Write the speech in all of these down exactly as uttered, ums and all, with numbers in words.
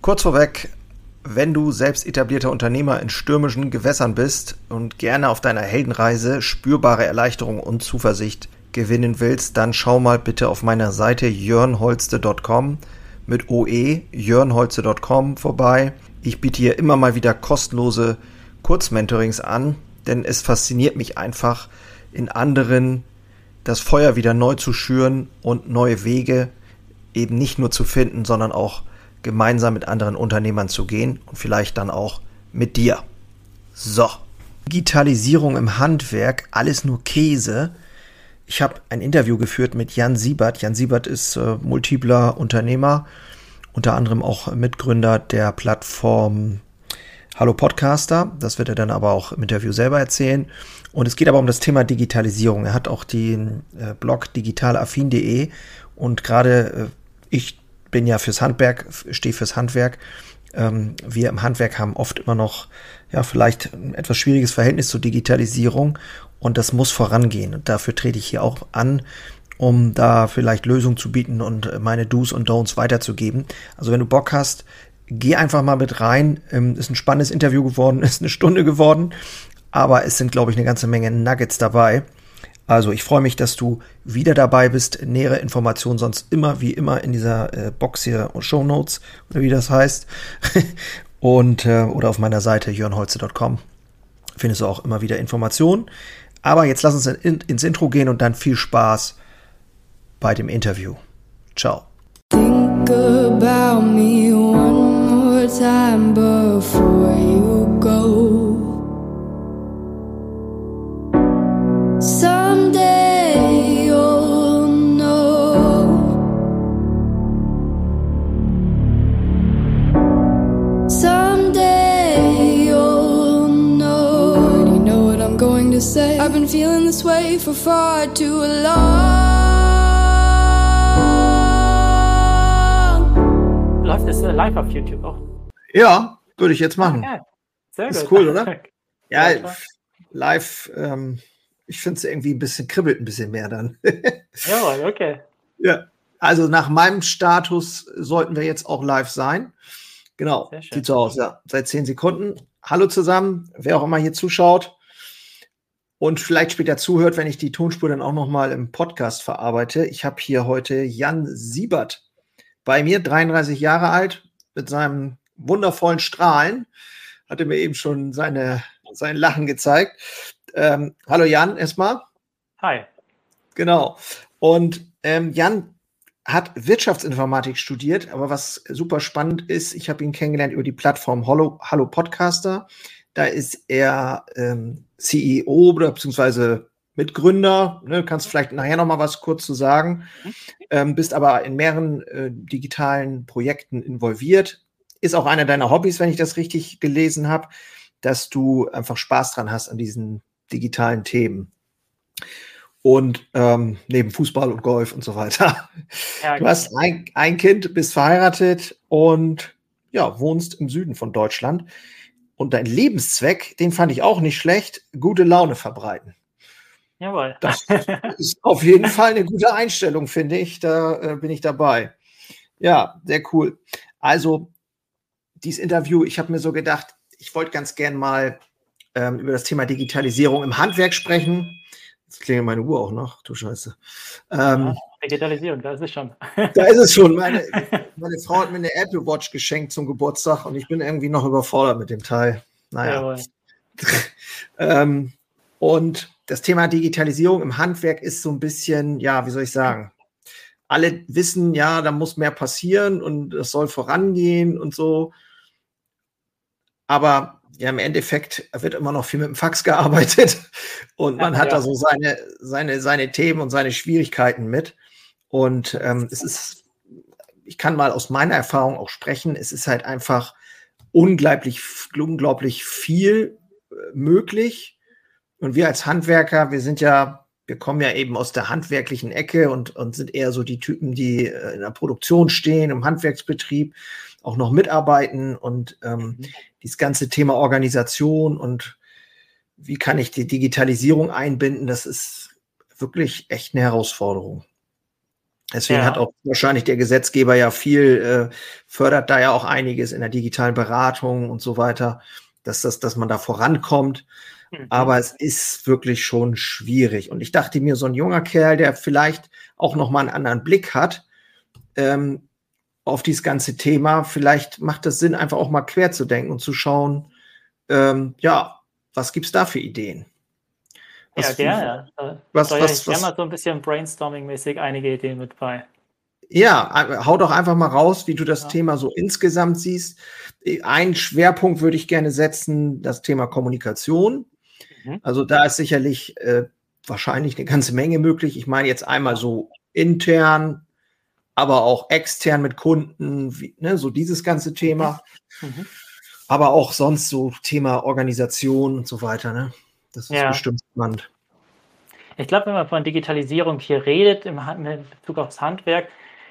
Kurz vorweg, wenn du selbst etablierter Unternehmer in stürmischen Gewässern bist und gerne auf deiner Heldenreise spürbare Erleichterung und Zuversicht gewinnen willst, dann schau mal bitte auf meiner Seite jörnholste punkt com mit O E, jörnholste punkt com vorbei. Ich biete hier immer mal wieder kostenlose Kurzmentorings an, denn es fasziniert mich einfach, in anderen das Feuer wieder neu zu schüren und neue Wege eben nicht nur zu finden, sondern auch gemeinsam mit anderen Unternehmern zu gehen und vielleicht dann auch mit dir. So, Digitalisierung im Handwerk, alles nur Käse. Ich habe ein Interview geführt mit Jan Siebert. Jan Siebert ist äh, multipler Unternehmer, unter anderem auch Mitgründer der Plattform Hallo Podcaster. Das wird er dann aber auch im Interview selber erzählen. Und es geht aber um das Thema Digitalisierung. Er hat auch den äh, Blog digitalaffin punkt de und gerade äh, ich bin ja fürs Handwerk, stehe fürs Handwerk. Ähm, wir im Handwerk haben oft immer noch, ja, vielleicht ein etwas schwieriges Verhältnis zur Digitalisierung und das muss vorangehen. Und dafür trete ich hier auch an, um da vielleicht Lösungen zu bieten und meine Do's und Don'ts weiterzugeben. Also wenn du Bock hast, geh einfach mal mit rein. Ähm, ist ein spannendes Interview geworden, ist eine Stunde geworden, aber es sind, glaube ich, eine ganze Menge Nuggets dabei. Also ich freue mich, dass du wieder dabei bist. Nähere Informationen sonst immer wie immer in dieser äh, Box hier, Shownotes oder wie das heißt. und äh, oder auf meiner Seite jörnholste punkt com findest du auch immer wieder Informationen. Aber jetzt lass uns in, ins Intro gehen und dann viel Spaß bei dem Interview. Ciao. Think about me one more time before you go. Someday you'll know. Someday you'll know. You know what I'm going to say. I've been feeling this way for far too long. Läuft das live auf YouTube auch? Ja, würde ich jetzt machen. Ja, sehr ist gut. Cool, oder? Ja, Ja, live, ähm, ich finde es irgendwie ein bisschen, kribbelt ein bisschen mehr dann. Jawohl, okay. Ja, also nach meinem Status sollten wir jetzt auch live sein. Genau, Sehr schön. sieht so aus, ja. Seit zehn Sekunden. Hallo zusammen, wer auch immer hier zuschaut und vielleicht später zuhört, wenn ich die Tonspur dann auch nochmal im Podcast verarbeite. Ich habe hier heute Jan Siebert bei mir, dreiunddreißig Jahre alt, mit seinem wundervollen Strahlen. Hatte mir eben schon seine, sein Lachen gezeigt. Ähm, hallo Jan, erstmal. Hi. Genau. Und ähm, Jan hat Wirtschaftsinformatik studiert, aber was super spannend ist, ich habe ihn kennengelernt über die Plattform Hallo, Hallo Podcaster. Da ist er ähm, C E O oder beziehungsweise Mitgründer. Ne, kannst vielleicht nachher noch mal was kurz zu sagen. Ähm, bist aber in mehreren äh, digitalen Projekten involviert. Ist auch einer deiner Hobbys, wenn ich das richtig gelesen habe, dass du einfach Spaß dran hast an diesen digitalen Themen. Und ähm, neben Fußball und Golf und so weiter. Ja, du hast ein, ein Kind, bist verheiratet und ja, wohnst im Süden von Deutschland. Und dein Lebenszweck, den fand ich auch nicht schlecht, gute Laune verbreiten. Jawohl. Das ist auf jeden Fall eine gute Einstellung, finde ich. Da äh, bin ich dabei. Ja, sehr cool. Also, dieses Interview, ich habe mir so gedacht, ich wollte ganz gern mal ähm, über das Thema Digitalisierung im Handwerk sprechen. Jetzt klingelt meine Uhr auch noch, du Scheiße. Ähm, Ja, Digitalisierung, da ist es schon. Da ist es schon. Meine, meine Frau hat mir eine Apple Watch geschenkt zum Geburtstag und ich bin irgendwie noch überfordert mit dem Teil. Naja. Jawohl. ähm, und das Thema Digitalisierung im Handwerk ist so ein bisschen, ja, wie soll ich sagen, alle wissen, ja, da muss mehr passieren und es soll vorangehen und so. Aber ja, im Endeffekt wird immer noch viel mit dem Fax gearbeitet und man Ja, hat ja. da so seine, seine, seine Themen und seine Schwierigkeiten mit. Und ähm, es ist, ich kann mal aus meiner Erfahrung auch sprechen, es ist halt einfach unglaublich, unglaublich viel äh, möglich. Und wir als Handwerker, wir sind ja, wir kommen ja eben aus der handwerklichen Ecke und, und sind eher so die Typen, die äh, in der Produktion stehen, im Handwerksbetrieb, auch noch mitarbeiten und ähm, dieses ganze Thema Organisation und wie kann ich die Digitalisierung einbinden, das ist wirklich echt eine Herausforderung. Deswegen Ja. hat auch wahrscheinlich der Gesetzgeber ja viel, äh, fördert da ja auch einiges in der digitalen Beratung und so weiter, dass das, dass man da vorankommt. Mhm. Aber es ist wirklich schon schwierig. Und ich dachte mir, so ein junger Kerl, der vielleicht auch noch mal einen anderen Blick hat, ähm, auf dieses ganze Thema, vielleicht macht es Sinn, einfach auch mal quer zu denken und zu schauen, ähm, ja, was gibt's da für Ideen? Ja, Was, gerne. Da was, steuere was, ich gerne was, mal so ein bisschen brainstorming-mäßig einige Ideen mit bei. ja, ein- hau doch einfach mal raus, wie du das Ja. Thema so insgesamt siehst. Ein Schwerpunkt würde ich gerne setzen, das Thema Kommunikation. Mhm. Also da ist sicherlich äh, wahrscheinlich eine ganze Menge möglich. Ich meine jetzt einmal so intern, aber auch extern mit Kunden, wie, ne, so dieses ganze Thema. Mhm. Aber auch sonst so Thema Organisation und so weiter. Ne? Das ist Ja. bestimmt spannend. Ich glaube, wenn man von Digitalisierung hier redet, im Han in Bezug aufs Handwerk,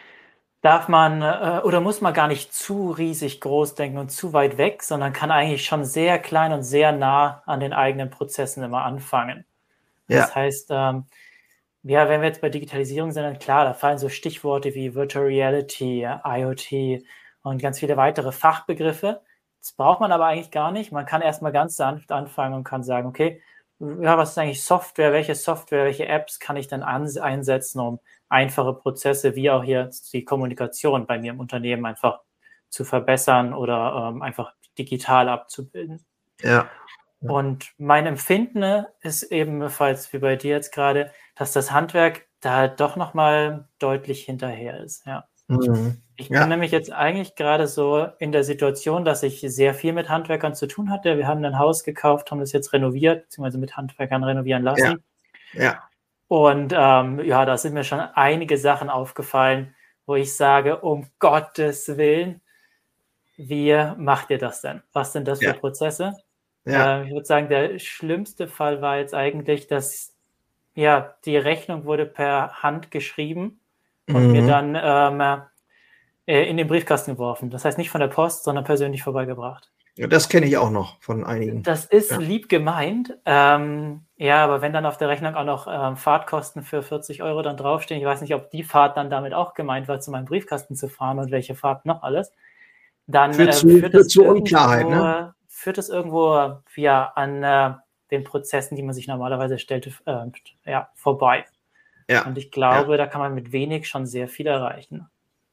darf man, äh, oder muss man gar nicht zu riesig groß denken und zu weit weg, sondern kann eigentlich schon sehr klein und sehr nah an den eigenen Prozessen immer anfangen. Das Ja, heißt, ähm, ja, wenn wir jetzt bei Digitalisierung sind, dann klar, da fallen so Stichworte wie Virtual Reality, IoT und ganz viele weitere Fachbegriffe. Das braucht man aber eigentlich gar nicht. Man kann erstmal ganz sanft anfangen und kann sagen, okay, ja, was ist eigentlich Software? Welche Software, welche Apps kann ich denn ans- einsetzen, um einfache Prozesse wie auch hier die Kommunikation bei mir im Unternehmen einfach zu verbessern oder ähm, einfach digital abzubilden? ja, Und mein Empfinden ist ebenfalls wie bei dir jetzt gerade, dass das Handwerk da halt doch nochmal deutlich hinterher ist, ja. mhm. Ich bin Ja, nämlich jetzt eigentlich gerade so in der Situation, dass ich sehr viel mit Handwerkern zu tun hatte. Wir haben ein Haus gekauft, haben das jetzt renoviert, beziehungsweise mit Handwerkern renovieren lassen. ja, Und ähm, ja, da sind mir schon einige Sachen aufgefallen, wo ich sage, um Gottes Willen, wie macht ihr das denn? Was sind das für ja, Prozesse? ja, Äh, ich würde sagen, der schlimmste Fall war jetzt eigentlich, dass ja, die Rechnung wurde per Hand geschrieben und mir mhm. dann ähm, äh, in den Briefkasten geworfen. Das heißt nicht von der Post, sondern persönlich vorbeigebracht. Ja, das kenne ich auch noch von einigen. Das ist Ja. lieb gemeint. Ähm, ja, aber wenn dann auf der Rechnung auch noch ähm, Fahrtkosten für vierzig Euro dann draufstehen, ich weiß nicht, ob die Fahrt dann damit auch gemeint war, zu meinem Briefkasten zu fahren und welche Fahrt noch alles, dann Führt äh, zu, führt führt es zu irgendwo, Unklarheit, ne? führt es irgendwo ja, an äh, den Prozessen, die man sich normalerweise stellte, äh, ja, vorbei. Ja, Und ich glaube, da kann man mit wenig schon sehr viel erreichen.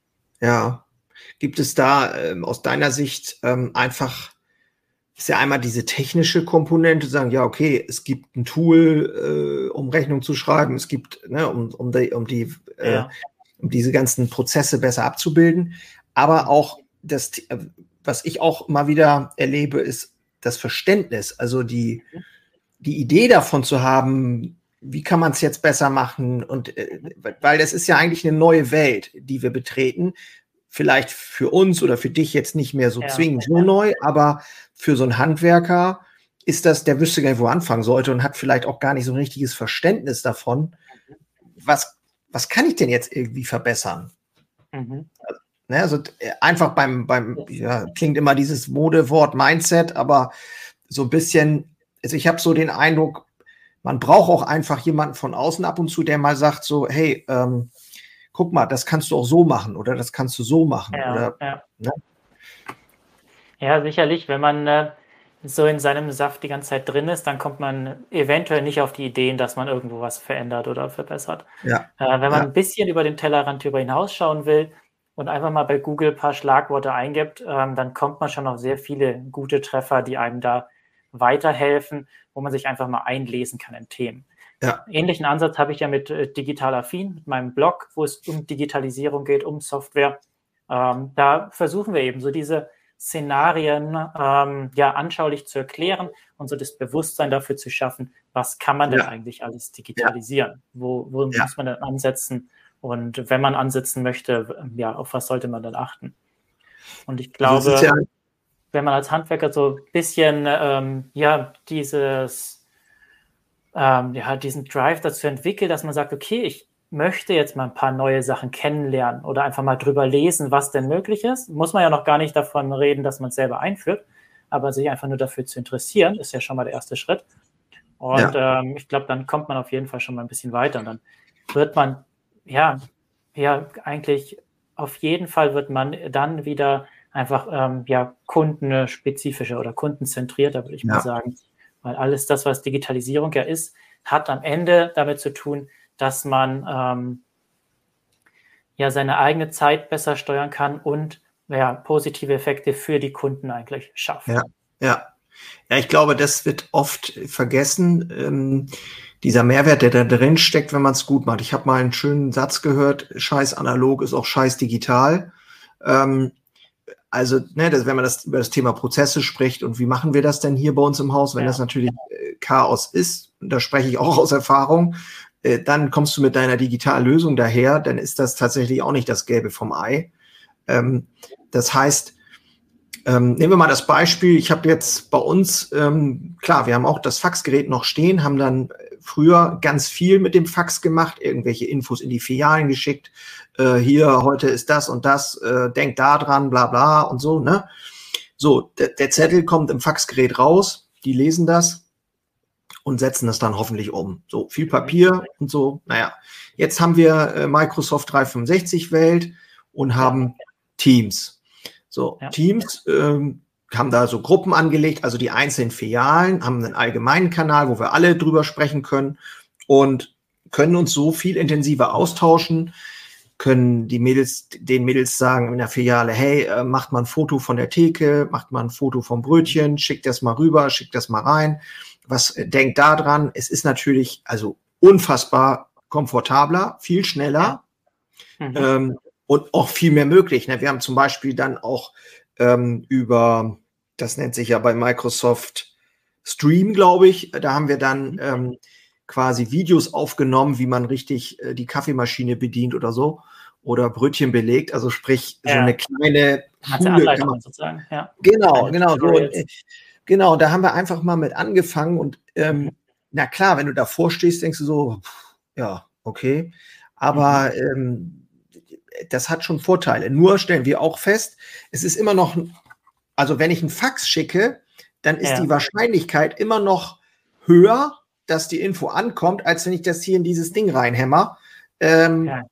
ja. Gibt es da ähm, aus deiner Sicht ähm, einfach, ist ja einmal diese technische Komponente, sagen, ja, okay, es gibt ein Tool, äh, um Rechnung zu schreiben, es gibt, ne, um, um die, um die, äh, Ja. um diese ganzen Prozesse besser abzubilden, aber auch das, äh, was ich auch mal wieder erlebe, ist das Verständnis, also die, die Idee davon zu haben, wie kann man es jetzt besser machen und äh, weil das ist ja eigentlich eine neue Welt, die wir betreten, vielleicht für uns oder für dich jetzt nicht mehr so Ja. zwingend so neu, aber für so einen Handwerker ist das, der wüsste gar nicht, wo er anfangen sollte und hat vielleicht auch gar nicht so ein richtiges Verständnis davon, was, was kann ich denn jetzt irgendwie verbessern? Mhm. Ne, also äh, einfach beim, beim ja, klingt immer dieses Modewort Mindset, aber so ein bisschen, also ich habe so den Eindruck, man braucht auch einfach jemanden von außen ab und zu, der mal sagt so, hey, ähm, guck mal, das kannst du auch so machen oder das kannst du so machen. Ja, Oder, ja. ne? Ja, sicherlich, wenn man äh, so in seinem Saft die ganze Zeit drin ist, dann kommt man eventuell nicht auf die Ideen, dass man irgendwo was verändert oder verbessert. Ja, Äh, wenn man ja. ein bisschen über den Tellerrand darüber hinausschauen will und einfach mal bei Google ein paar Schlagworte eingibt, ähm, dann kommt man schon auf sehr viele gute Treffer, die einem da weiterhelfen, wo man sich einfach mal einlesen kann in Themen. Ja. Ähnlichen Ansatz habe ich ja mit äh, Digital Affin, mit meinem Blog, wo es um Digitalisierung geht, um Software. Ähm, da versuchen wir eben so diese Szenarien ähm, ja anschaulich zu erklären und so das Bewusstsein dafür zu schaffen, was kann man denn Ja. eigentlich alles digitalisieren? Wo, wo Ja. muss man denn ansetzen? Und wenn man ansetzen möchte, ja, auf was sollte man dann achten? Und ich glaube, Also es ist ja, wenn man als Handwerker so ein bisschen ähm, ja dieses ähm, ja diesen Drive dazu entwickelt, dass man sagt, okay, ich möchte jetzt mal ein paar neue Sachen kennenlernen oder einfach mal drüber lesen, was denn möglich ist, muss man ja noch gar nicht davon reden, dass man es selber einführt, aber sich einfach nur dafür zu interessieren, ist ja schon mal der erste Schritt. Und ähm, ich glaube, dann kommt man auf jeden Fall schon mal ein bisschen weiter und dann wird man ja ja, eigentlich auf jeden Fall wird man dann wieder einfach ähm, ja, kundenspezifischer oder kundenzentrierter, würde ich Ja. mal sagen. Weil alles das, was Digitalisierung ja ist, hat am Ende damit zu tun, dass man ähm, ja seine eigene Zeit besser steuern kann und ja, positive Effekte für die Kunden eigentlich schafft. Ja, ja. Ja, ich glaube, das wird oft vergessen, ähm, dieser Mehrwert, der da drin steckt, wenn man es gut macht. Ich habe mal einen schönen Satz gehört, scheiß analog ist auch scheiß digital. Ähm, also, ne, das, wenn man das über das Thema Prozesse spricht und wie machen wir das denn hier bei uns im Haus, wenn Ja. das natürlich äh, Chaos ist, und da spreche ich auch aus Erfahrung, äh, dann kommst du mit deiner digitalen Lösung daher, dann ist das tatsächlich auch nicht das Gelbe vom Ei. Ähm, das heißt, Ähm, nehmen wir mal das Beispiel, ich habe jetzt bei uns, ähm, klar, wir haben auch das Faxgerät noch stehen, haben dann früher ganz viel mit dem Fax gemacht, irgendwelche Infos in die Filialen geschickt, äh, hier, heute ist das und das, äh, denkt da dran, bla bla und so, ne? So, der, der Zettel kommt im Faxgerät raus, die lesen das und setzen das dann hoffentlich um. So, viel Papier und so, naja. Jetzt haben wir äh, Microsoft dreihundertfünfundsechzig Welt und haben ja. Teams. So, ja. Teams ähm, haben da so Gruppen angelegt, also die einzelnen Filialen haben einen allgemeinen Kanal, wo wir alle drüber sprechen können und können uns so viel intensiver austauschen, können die Mädels, den Mädels sagen in der Filiale, hey, äh, macht mal ein Foto von der Theke, macht mal ein Foto vom Brötchen, schickt das mal rüber, schickt das mal rein. Was äh, denkt da dran? Es ist natürlich also unfassbar komfortabler, viel schneller. Mhm. Ähm, Und auch viel mehr möglich. Ne? Wir haben zum Beispiel dann auch ähm, über, das nennt sich ja bei Microsoft Stream, glaube ich, da haben wir dann ähm, quasi Videos aufgenommen, wie man richtig äh, die Kaffeemaschine bedient oder so oder Brötchen belegt. Also sprich, ja. so eine kleine Schule. Kann man, sozusagen. Ja. Genau, genau. So, äh, genau, da haben wir einfach mal mit angefangen und ähm, mhm. na klar, wenn du davor stehst, denkst du so, pff, ja, okay. Aber mhm. ähm, das hat schon Vorteile. Nur stellen wir auch fest, es ist immer noch, also wenn ich einen Fax schicke, dann ist ja. die Wahrscheinlichkeit immer noch höher, dass die Info ankommt, als wenn ich das hier in dieses Ding reinhämmer. Ähm, ja.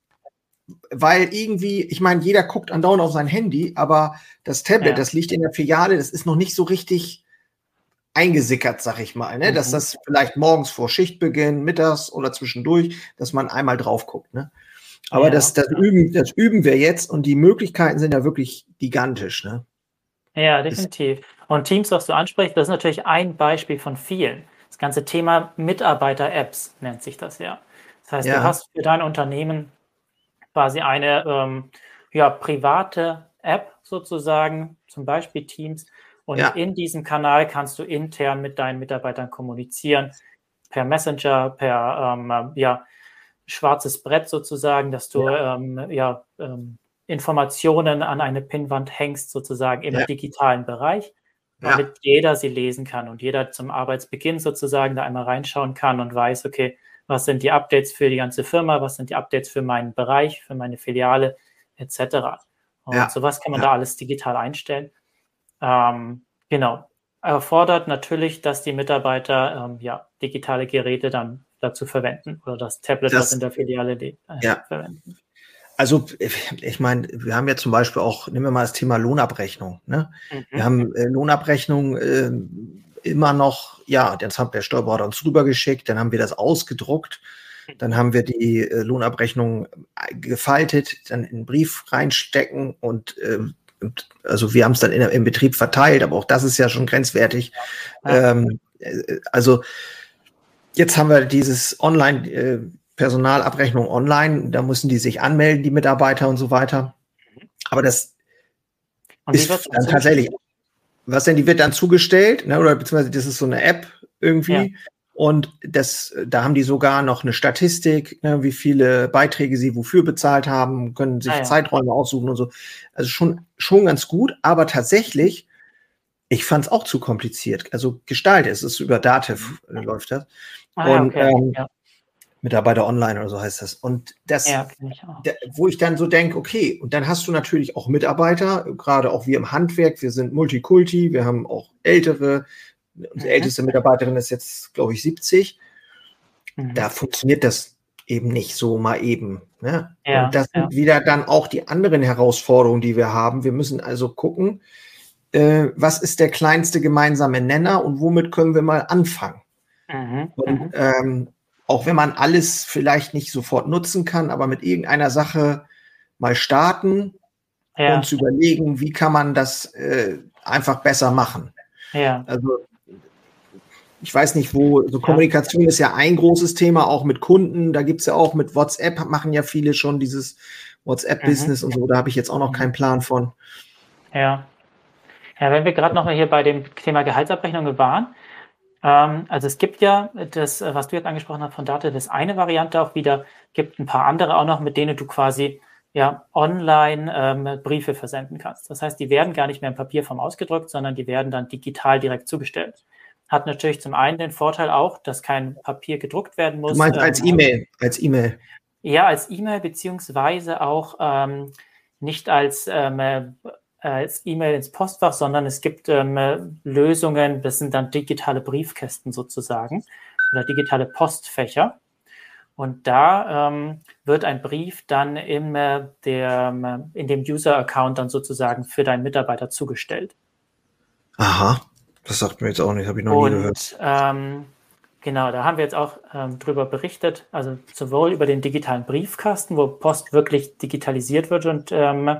Weil irgendwie, ich meine, jeder guckt andauernd auf sein Handy, aber das Tablet, ja. das liegt in der Filiale, das ist noch nicht so richtig eingesickert, sag ich mal, ne? Mhm. Dass das vielleicht morgens vor Schichtbeginn, mittags oder zwischendurch, dass man einmal drauf guckt, ne? Aber ja, das, das, ja. üben, das üben wir jetzt und die Möglichkeiten sind ja wirklich gigantisch. Ne? Ja, definitiv. Und Teams, was du ansprichst, das ist natürlich ein Beispiel von vielen. Das ganze Thema Mitarbeiter-Apps nennt sich das ja. Das heißt, ja. du hast für dein Unternehmen quasi eine ähm, ja, private App sozusagen, zum Beispiel Teams. Und ja. in diesem Kanal kannst du intern mit deinen Mitarbeitern kommunizieren, per Messenger, per ähm, ja, schwarzes Brett sozusagen, dass du ja, ähm, ja ähm, Informationen an eine Pinnwand hängst, sozusagen im ja. digitalen Bereich, damit ja. jeder sie lesen kann und jeder zum Arbeitsbeginn sozusagen da einmal reinschauen kann und weiß, okay, was sind die Updates für die ganze Firma, was sind die Updates für meinen Bereich, für meine Filiale, et cetera. Und ja. sowas kann man ja. da alles digital einstellen. Ähm, genau. Erfordert natürlich, dass die Mitarbeiter ähm, ja, digitale Geräte dann dazu verwenden oder das Tablet, das, was in der Filiale äh, ja. verwenden. Also ich meine, wir haben ja zum Beispiel auch, nehmen wir mal das Thema Lohnabrechnung. Ne? Mhm. Wir haben äh, Lohnabrechnung äh, immer noch, ja, das hat der Steuerberater uns rübergeschickt, dann haben wir das ausgedruckt, dann haben wir die äh, Lohnabrechnung gefaltet, dann in einen Brief reinstecken und äh, also wir haben es dann in, im Betrieb verteilt, aber auch das ist ja schon grenzwertig. Ja. Ähm, also jetzt haben wir dieses Online- äh, Personalabrechnung online, da müssen die sich anmelden, die Mitarbeiter und so weiter. Aber das und ist dann tatsächlich, was denn, die wird dann zugestellt, ne, oder beziehungsweise das ist so eine App irgendwie ja. und das, da haben die sogar noch eine Statistik, ne, wie viele Beiträge sie wofür bezahlt haben, können sich ah, ja. Zeiträume aussuchen und so. Also schon, schon ganz gut, aber tatsächlich, ich fand es auch zu kompliziert. Also gestaltet, es ist über Datev mhm. läuft das. Ah, und okay. ähm, ja. Mitarbeiter online oder so heißt das. Und das, ja, ich da, wo ich dann so denke, okay, und dann hast du natürlich auch Mitarbeiter, gerade auch wir im Handwerk, wir sind Multikulti, wir haben auch ältere, unsere mhm. älteste Mitarbeiterin ist jetzt, glaube ich, siebzig. Mhm. Da funktioniert das eben nicht so mal eben. Ne? Ja, und das ja. sind wieder dann auch die anderen Herausforderungen, die wir haben. Wir müssen also gucken, äh, was ist der kleinste gemeinsame Nenner und womit können wir mal anfangen. Mhm, Und mhm. ähm, auch wenn man alles vielleicht nicht sofort nutzen kann, aber mit irgendeiner Sache mal starten Ja, und zu überlegen, wie kann man das äh, einfach besser machen. ja, Also ich weiß nicht, wo, so ja. Kommunikation ist ja ein großes Thema, auch mit Kunden. Da gibt es ja auch mit WhatsApp, machen ja viele schon dieses WhatsApp-Business Mhm. und so. Da habe ich jetzt auch noch Mhm. keinen Plan von. Ja. Ja, wenn wir gerade noch mal hier bei dem Thema Gehaltsabrechnungen waren. Ähm, also es gibt ja das, äh, was du jetzt angesprochen hast von Date, das eine Variante auch wieder, gibt ein paar andere auch noch, mit denen du quasi ja online ähm, Briefe versenden kannst. Das heißt, die werden gar nicht mehr in Papierform ausgedruckt, sondern die werden dann digital direkt zugestellt. Hat natürlich zum einen den Vorteil auch, dass kein Papier gedruckt werden muss. Du meinst als ähm, E-Mail, als E-Mail. Ja, als E-Mail beziehungsweise auch ähm, nicht als ähm, äh, als E-Mail ins Postfach, sondern es gibt ähm, äh, Lösungen, das sind dann digitale Briefkästen sozusagen oder digitale Postfächer. Und da ähm, wird ein Brief dann im, äh, der, in dem User-Account dann sozusagen für deinen Mitarbeiter zugestellt. Aha, das sagt mir jetzt auch nicht, habe ich noch nie gehört. Und ähm, genau, da haben wir jetzt auch ähm, drüber berichtet, also sowohl über den digitalen Briefkasten, wo Post wirklich digitalisiert wird und ähm,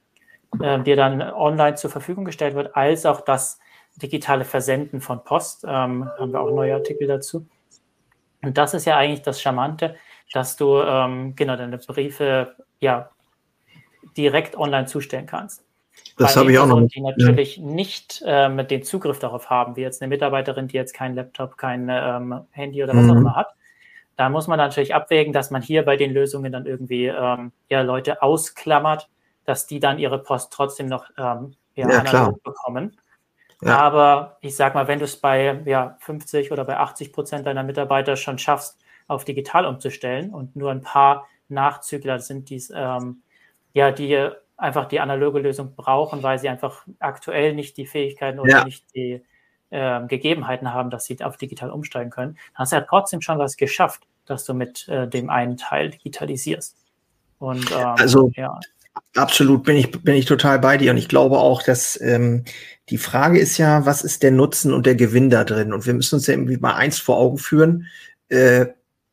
äh, dir dann online zur Verfügung gestellt wird, als auch das digitale Versenden von Post. Ähm, haben wir auch neue Artikel dazu. Und das ist ja eigentlich das Charmante, dass du ähm, genau deine Briefe ja direkt online zustellen kannst. Das Bei habe den ich auch noch Personen, nicht. die natürlich nicht ähm, den Zugriff darauf haben, wie jetzt eine Mitarbeiterin, die jetzt keinen Laptop, kein ähm, Handy oder was auch Mhm. immer hat, da muss man natürlich abwägen, dass man hier bei den Lösungen dann irgendwie ähm, ja, Leute ausklammert, dass die dann ihre Post trotzdem noch ähm, ja, Ja, klar. analog bekommen. Ja. Aber ich sag mal, wenn du es bei ja, fünfzig oder bei achtzig Prozent deiner Mitarbeiter schon schaffst, auf digital umzustellen und nur ein paar Nachzügler sind, die's, ähm, ja, die einfach die analoge Lösung brauchen, weil sie einfach aktuell nicht die Fähigkeiten oder Ja. nicht die ähm, Gegebenheiten haben, dass sie auf digital umsteigen können, dann hast du ja trotzdem schon was geschafft, dass du mit äh, dem einen Teil digitalisierst. Und ähm, Also ja. absolut bin ich, bin ich total bei dir. Und ich glaube auch, dass ähm, die Frage ist ja, was ist der Nutzen und der Gewinn da drin? Und wir müssen uns ja irgendwie mal eins vor Augen führen. Äh,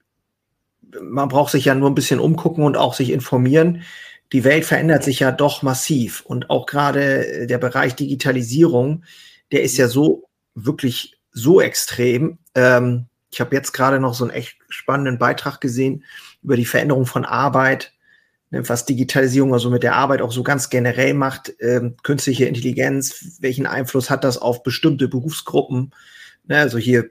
man braucht sich ja nur ein bisschen umgucken und auch sich informieren. Die Welt verändert sich ja doch massiv. Und auch gerade der Bereich Digitalisierung, der ist ja so wirklich so extrem. Ähm, ich habe jetzt gerade noch so einen echt spannenden Beitrag gesehen über die Veränderung von Arbeit, was Digitalisierung also mit der Arbeit auch so ganz generell macht, ähm, künstliche Intelligenz, welchen Einfluss hat das auf bestimmte Berufsgruppen? Ne, also hier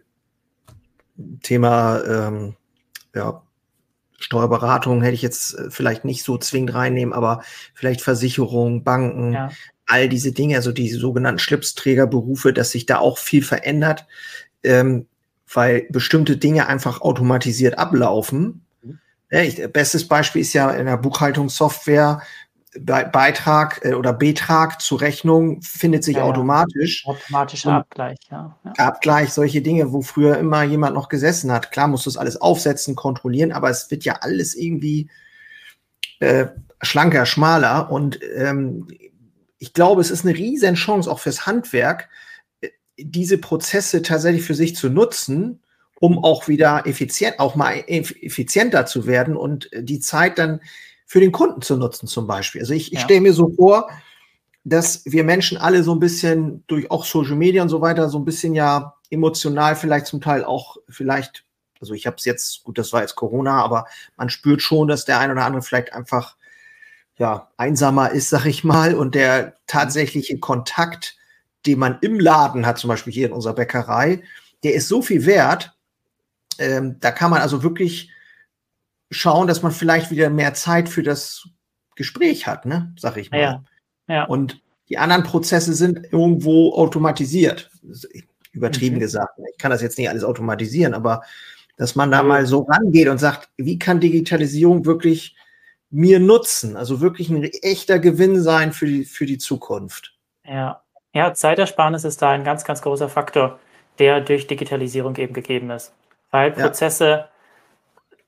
Thema ähm, ja, Steuerberatung hätte ich jetzt vielleicht nicht so zwingend reinnehmen, aber vielleicht Versicherung, Banken, Ja. all diese Dinge, also die sogenannten Schlipsträgerberufe, dass sich da auch viel verändert, ähm, weil bestimmte Dinge einfach automatisiert ablaufen. Ja, ich, bestes Beispiel ist ja in der Buchhaltungssoftware Be Beitrag äh, oder Betrag zur Rechnung findet sich Ja, ja. automatisch. Automatischer Und Abgleich, ja. ja. Abgleich, solche Dinge, wo früher immer jemand noch gesessen hat. Klar musst du das alles aufsetzen, kontrollieren, aber es wird ja alles irgendwie äh, schlanker, schmaler. Und ähm, ich glaube, es ist eine riesen Chance auch fürs Handwerk, diese Prozesse tatsächlich für sich zu nutzen, um auch wieder effizient, auch mal effizienter zu werden und die Zeit dann für den Kunden zu nutzen zum Beispiel. Also ich, ich Ja. stelle mir so vor, dass wir Menschen alle so ein bisschen durch auch Social Media und so weiter so ein bisschen ja emotional vielleicht zum Teil auch vielleicht, also ich habe es jetzt, gut, das war jetzt Corona, aber man spürt schon, dass der ein oder andere vielleicht einfach ja einsamer ist, sag ich mal, und der tatsächliche Kontakt, den man im Laden hat, zum Beispiel hier in unserer Bäckerei, der ist so viel wert. Ähm, da kann man also wirklich schauen, dass man vielleicht wieder mehr Zeit für das Gespräch hat, ne, sag ich mal. Ja, ja. Und die anderen Prozesse sind irgendwo automatisiert. Übertrieben Mhm. gesagt. Ich kann das jetzt nicht alles automatisieren, aber dass man da Ja. mal so rangeht und sagt, wie kann Digitalisierung wirklich mir nutzen? Also wirklich ein echter Gewinn sein für die, für die Zukunft. Ja. Ja, Zeitersparnis ist da ein ganz, ganz großer Faktor, der durch Digitalisierung eben gegeben ist. Weil Ja. Prozesse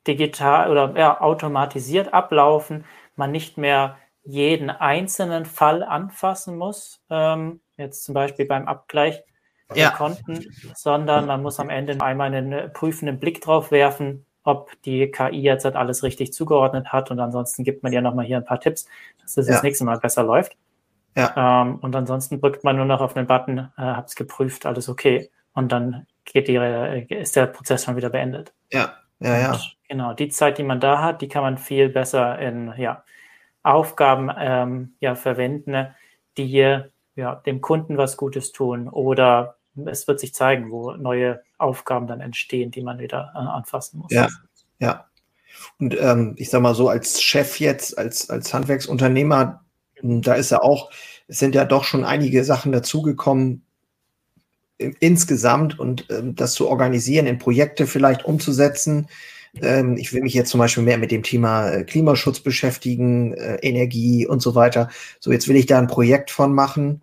digital oder ja, automatisiert ablaufen, man nicht mehr jeden einzelnen Fall anfassen muss, ähm, jetzt zum Beispiel beim Abgleich der Ja. Konten, sondern man muss am Ende einmal einen prüfenden Blick drauf werfen, ob die K I jetzt halt alles richtig zugeordnet hat, und ansonsten gibt man ja nochmal hier ein paar Tipps, dass das Ja. das nächste Mal besser läuft. Ja. Ähm, und ansonsten drückt man nur noch auf den Button, äh, hab's geprüft, alles okay, und dann geht die, äh, ist der Prozess schon wieder beendet. Ja, ja, ja. Und genau, die Zeit, die man da hat, die kann man viel besser in ja, Aufgaben ähm, ja, verwenden, die ja, dem Kunden was Gutes tun, oder es wird sich zeigen, wo neue Aufgaben dann entstehen, die man wieder äh, anfassen muss. Ja, ja. Und ähm, ich sag mal so, als Chef jetzt, als, als Handwerksunternehmer, da ist ja auch, es sind ja doch schon einige Sachen dazugekommen in, insgesamt, und ähm, das zu organisieren, in Projekte vielleicht umzusetzen. Ähm, ich will mich jetzt zum Beispiel mehr mit dem Thema äh, Klimaschutz beschäftigen, äh, Energie und so weiter. So, jetzt will ich da ein Projekt von machen.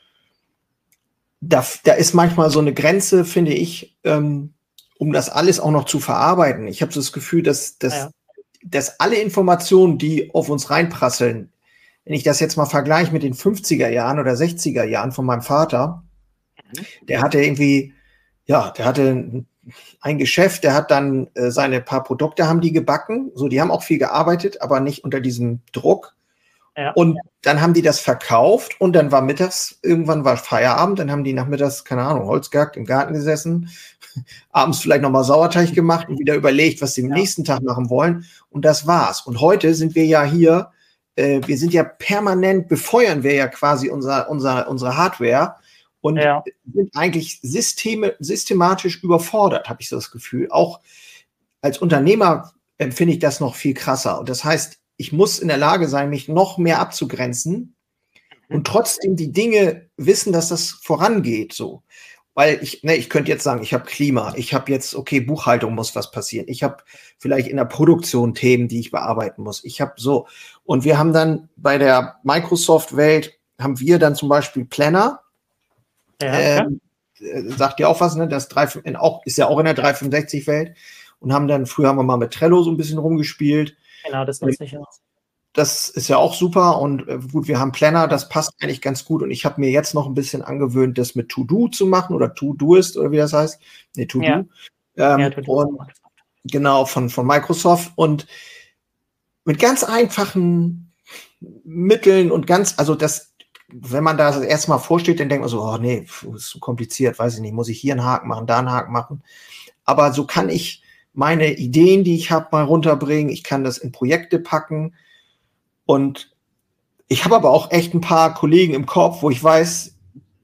Da, da ist manchmal so eine Grenze, finde ich, ähm, um das alles auch noch zu verarbeiten. Ich habe so das Gefühl, dass, dass, Ja. dass alle Informationen, die auf uns reinprasseln, wenn ich das jetzt mal vergleiche mit den fünfziger Jahren oder sechziger Jahren von meinem Vater, der hatte irgendwie, ja, der hatte ein Geschäft, der hat dann äh, seine paar Produkte haben die gebacken, so, die haben auch viel gearbeitet, aber nicht unter diesem Druck. Ja. Und dann haben die das verkauft, und dann war mittags, irgendwann war Feierabend, dann haben die nachmittags, keine Ahnung, Holz gehackt, im Garten gesessen, abends vielleicht nochmal Sauerteig gemacht und wieder überlegt, was sie am Ja. nächsten Tag machen wollen, und das war's. Und heute sind wir ja hier, äh, wir sind ja permanent, befeuern wir ja quasi unser, unser, unsere Hardware und Ja. sind eigentlich Systeme, systematisch überfordert, habe ich so das Gefühl. Auch als Unternehmer empfinde ich das noch viel krasser. Und das heißt, ich muss in der Lage sein, mich noch mehr abzugrenzen und trotzdem die Dinge wissen, dass das vorangeht, so. Weil ich, ne, ich könnte jetzt sagen, ich habe Klima, ich habe jetzt, okay, Buchhaltung muss was passieren, ich habe vielleicht in der Produktion Themen, die ich bearbeiten muss, ich habe so. Und wir haben dann bei der Microsoft-Welt, haben wir dann zum Beispiel Planner, Ja, ähm, äh, sagt ja auch was, ne? Das drei, in, auch, ist ja auch in der dreihundertfünfundsechzig-Welt, und haben dann, früher haben wir mal mit Trello so ein bisschen rumgespielt. genau, das nutze ich auch. Das ist ja auch super, und äh, gut, wir haben Planner, das passt eigentlich ganz gut, und ich habe mir jetzt noch ein bisschen angewöhnt, das mit To-Do zu machen, oder To-Doist, oder wie das heißt. Nee, To-Do. Ja. Ähm, Ja, du- und genau, von, von Microsoft, und mit ganz einfachen Mitteln und ganz, also das, wenn man da das erste Mal vorsteht, dann denkt man so, oh nee, pf, ist zu kompliziert, weiß ich nicht, muss ich hier einen Haken machen, da einen Haken machen. Aber so kann ich meine Ideen, die ich habe, mal runterbringen. Ich kann das in Projekte packen. Und ich habe aber auch echt ein paar Kollegen im Kopf, wo ich weiß,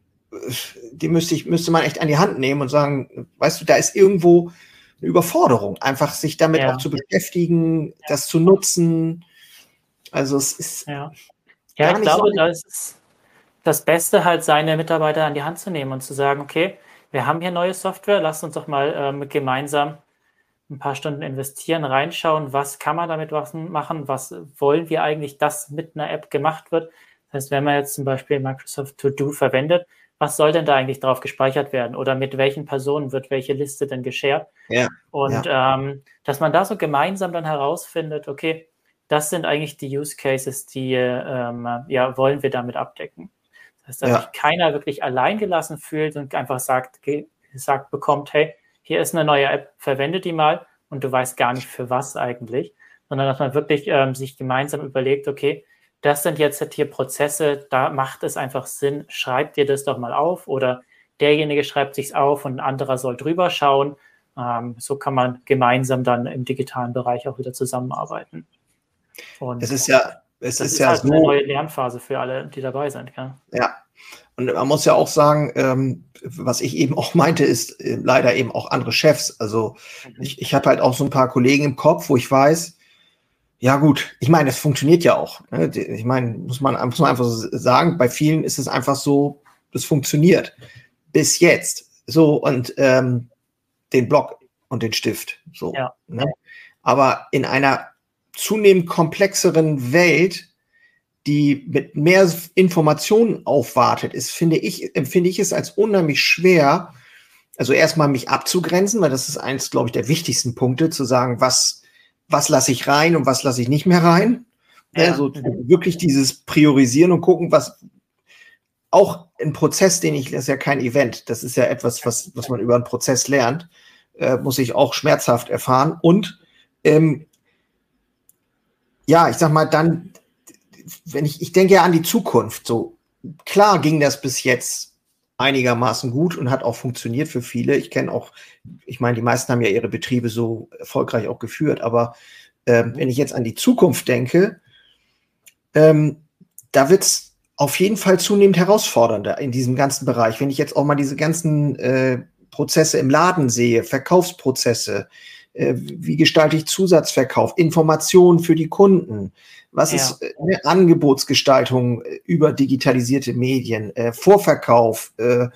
die müsste ich, müsste man echt an die Hand nehmen und sagen, weißt du, da ist irgendwo eine Überforderung, einfach sich damit Ja. auch zu beschäftigen, das zu nutzen. Also es ist Ja, gar ja ich nicht glaube, so da ist das Beste halt, seine Mitarbeiter an die Hand zu nehmen und zu sagen, okay, wir haben hier neue Software, lasst uns doch mal ähm, gemeinsam ein paar Stunden investieren, reinschauen, was kann man damit was machen, was wollen wir eigentlich, dass mit einer App gemacht wird. Das heißt, wenn man jetzt zum Beispiel Microsoft To Do verwendet, was soll denn da eigentlich drauf gespeichert werden, oder mit welchen Personen wird welche Liste denn geshared? Ja, Und ähm, dass man da so gemeinsam dann herausfindet, okay, das sind eigentlich die Use Cases, die ähm, ja, wollen wir damit abdecken. Das heißt, dass Ja. sich keiner wirklich alleingelassen fühlt und einfach sagt, ge- gesagt bekommt, hey, hier ist eine neue App, verwende die mal, und du weißt gar nicht für was eigentlich, sondern dass man wirklich ähm, sich gemeinsam überlegt, okay, das sind jetzt halt hier Prozesse, da macht es einfach Sinn, schreib dir das doch mal auf, oder derjenige schreibt sich's auf und ein anderer soll drüber schauen. Ähm, so kann man gemeinsam dann im digitalen Bereich auch wieder zusammenarbeiten. Und es ist ja, es das ist, ist ja halt so. eine neue Lernphase für alle, die dabei sind. Ja, Ja, und man muss ja auch sagen, ähm, was ich eben auch meinte, ist äh, leider eben auch andere Chefs. Also ich, ich habe halt auch so ein paar Kollegen im Kopf, wo ich weiß, ja gut, ich meine, es funktioniert ja auch. Ne? Die- Ich meine, muss man, muss man einfach so sagen, bei vielen ist es einfach so, das funktioniert. Bis jetzt. So, und ähm, den Block und den Stift. So. Ja. Ne? Aber in einer zunehmend komplexeren Welt, die mit mehr Informationen aufwartet, ist, finde ich, empfinde ich es als unheimlich schwer, also erstmal mich abzugrenzen, weil das ist eins, glaube ich, der wichtigsten Punkte, zu sagen, was, was lasse ich rein und was lasse ich nicht mehr rein. Ja. Also wirklich dieses Priorisieren und gucken, was auch ein Prozess, den ich, das ist ja kein Event, das ist ja etwas, was, was man über einen Prozess lernt, äh, muss ich auch schmerzhaft erfahren. Und ähm, ja, ich sag mal, dann, wenn ich, ich denke ja an die Zukunft, so klar ging das bis jetzt einigermaßen gut und hat auch funktioniert für viele. Ich kenne auch, ich meine, die meisten haben ja ihre Betriebe so erfolgreich auch geführt, aber äh, wenn ich jetzt an die Zukunft denke, ähm, da wird es auf jeden Fall zunehmend herausfordernder in diesem ganzen Bereich. Wenn ich jetzt auch mal diese ganzen äh, Prozesse im Laden sehe, Verkaufsprozesse, äh, wie gestalte ich Zusatzverkauf, Informationen für die Kunden, was ja. ist äh, eine Angebotsgestaltung äh, über digitalisierte Medien, äh, Vorverkauf, äh,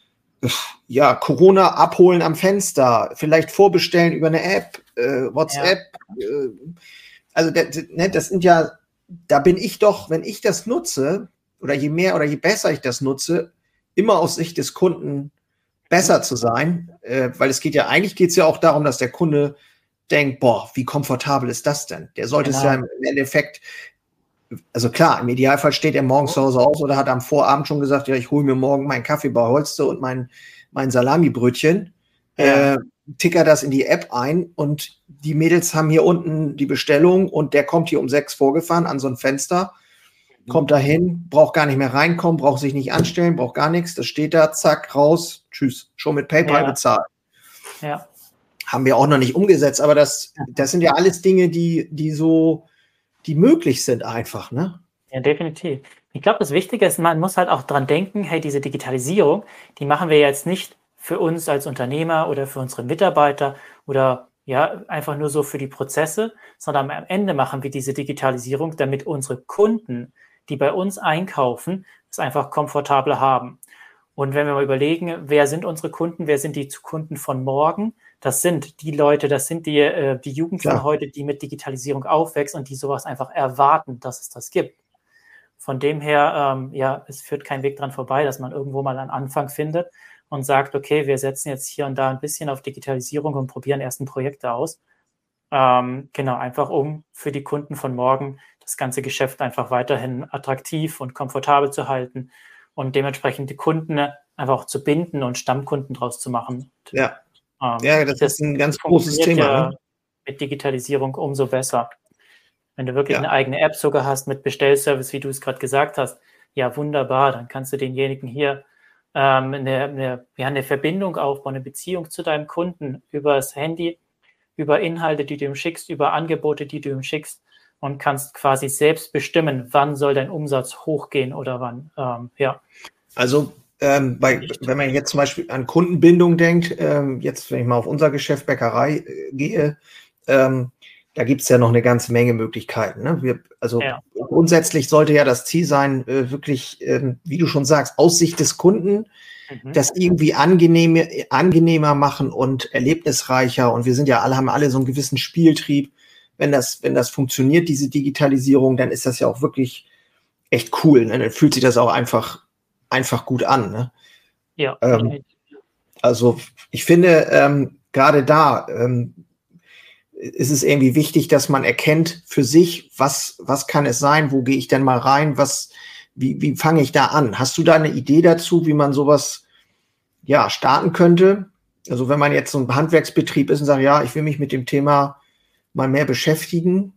ja, Corona abholen am Fenster, vielleicht vorbestellen über eine App, äh, WhatsApp. Ja. Äh, also das, ne, das sind ja, da bin ich doch, wenn ich das nutze, oder je mehr oder je besser ich das nutze, immer aus Sicht des Kunden besser zu sein, äh, weil es geht ja, eigentlich geht es ja auch darum, dass der Kunde denkt, boah, wie komfortabel ist das denn? Der sollte genau. es ja im Endeffekt, also klar, im Idealfall steht er morgens zu Hause aus oder hat am Vorabend schon gesagt, ja, ich hole mir morgen meinen Kaffee bei Holste und mein, mein Salamibrötchen, ja. äh, ticker das in die App ein und die Mädels haben hier unten die Bestellung und der kommt hier um sechs vorgefahren an so ein Fenster, kommt da hin, braucht gar nicht mehr reinkommen, braucht sich nicht anstellen, braucht gar nichts. Das steht da, zack, raus, tschüss, schon mit PayPal ja. bezahlt. Ja. Haben wir auch noch nicht umgesetzt, aber das, das sind ja alles Dinge, die, die so, die möglich sind einfach, ne? Ja, definitiv. Ich glaube, das Wichtige ist, man muss halt auch dran denken, hey, diese Digitalisierung, die machen wir jetzt nicht für uns als Unternehmer oder für unsere Mitarbeiter oder ja, einfach nur so für die Prozesse, sondern am Ende machen wir diese Digitalisierung, damit unsere Kunden, die bei uns einkaufen, es einfach komfortabler haben. Und wenn wir mal überlegen, wer sind unsere Kunden, wer sind die Kunden von morgen? Das sind die Leute, das sind die, äh, die Jugend Klar. von heute, die mit Digitalisierung aufwächst und die sowas einfach erwarten, dass es das gibt. Von dem her, ähm, ja, es führt kein Weg dran vorbei, dass man irgendwo mal einen Anfang findet und sagt, okay, wir setzen jetzt hier und da ein bisschen auf Digitalisierung und probieren ersten Projekte aus. Ähm, genau, einfach um für die Kunden von morgen das ganze Geschäft einfach weiterhin attraktiv und komfortabel zu halten und dementsprechend die Kunden einfach auch zu binden und Stammkunden draus zu machen. Ja, ähm, ja das, das ist ein ganz großes Thema. Ja, ne? Mit Digitalisierung umso besser. Wenn du wirklich Ja. eine eigene App sogar hast mit Bestellservice, wie du es gerade gesagt hast, ja wunderbar, dann kannst du denjenigen hier ähm, eine, eine, ja, eine Verbindung aufbauen, eine Beziehung zu deinem Kunden über das Handy, über Inhalte, die du ihm schickst, über Angebote, die du ihm schickst und kannst quasi selbst bestimmen, wann soll dein Umsatz hochgehen oder wann. Ähm, ja. Also ähm, bei, wenn man jetzt zum Beispiel an Kundenbindung denkt, ähm, jetzt wenn ich mal auf unser Geschäft Bäckerei äh, gehe, ähm, da gibt es ja noch eine ganze Menge Möglichkeiten. Ne? Wir, also ja. grundsätzlich sollte ja das Ziel sein, äh, wirklich, äh, wie du schon sagst, aus Sicht des Kunden, mhm. das irgendwie angenehme, angenehmer machen und erlebnisreicher. Und wir sind ja alle, haben alle so einen gewissen Spieltrieb. Wenn das, wenn das funktioniert, diese Digitalisierung, dann ist das ja auch wirklich echt cool. Ne? Dann fühlt sich das auch einfach, einfach gut an. Ne? Ja. Ähm, also ich finde, ähm, gerade da, ähm, ist es irgendwie wichtig, dass man erkennt für sich, was, was kann es sein, wo gehe ich denn mal rein, was, wie, wie fange ich da an? Hast du da eine Idee dazu, wie man sowas, ja, starten könnte? Also wenn man jetzt so ein Handwerksbetrieb ist und sagt, ja, ich will mich mit dem Thema mal mehr beschäftigen.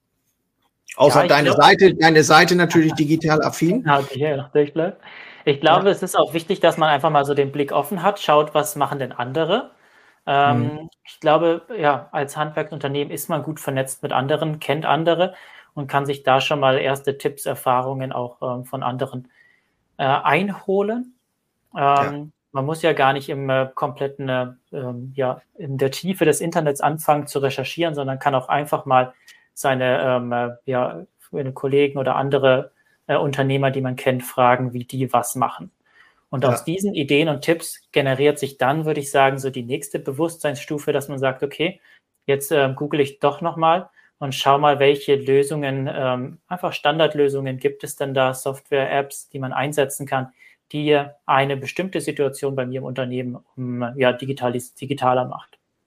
Außer ja, deine glaub, Seite, deine Seite natürlich digital affin. Ja, ja, durchbleibt. Ich glaube, ja. es ist auch wichtig, dass man einfach mal so den Blick offen hat, schaut, was machen denn andere? Ähm, mhm. Ich glaube, ja, als Handwerksunternehmen ist man gut vernetzt mit anderen, kennt andere und kann sich da schon mal erste Tipps, Erfahrungen auch ähm, von anderen äh, einholen. Ähm, ja. Man muss ja gar nicht im äh, kompletten, äh, ähm, ja, in der Tiefe des Internets anfangen zu recherchieren, sondern kann auch einfach mal seine, ähm, äh, ja, seine Kollegen oder andere äh, Unternehmer, die man kennt, fragen, wie die was machen. Und ja. aus diesen Ideen und Tipps generiert sich dann, würde ich sagen, so die nächste Bewusstseinsstufe, dass man sagt, okay, jetzt äh, google ich doch nochmal und schau mal, welche Lösungen, ähm, einfach Standardlösungen gibt es denn da, Software, Apps, die man einsetzen kann, die eine bestimmte Situation bei mir im Unternehmen um, ja, digitalis- digitaler macht.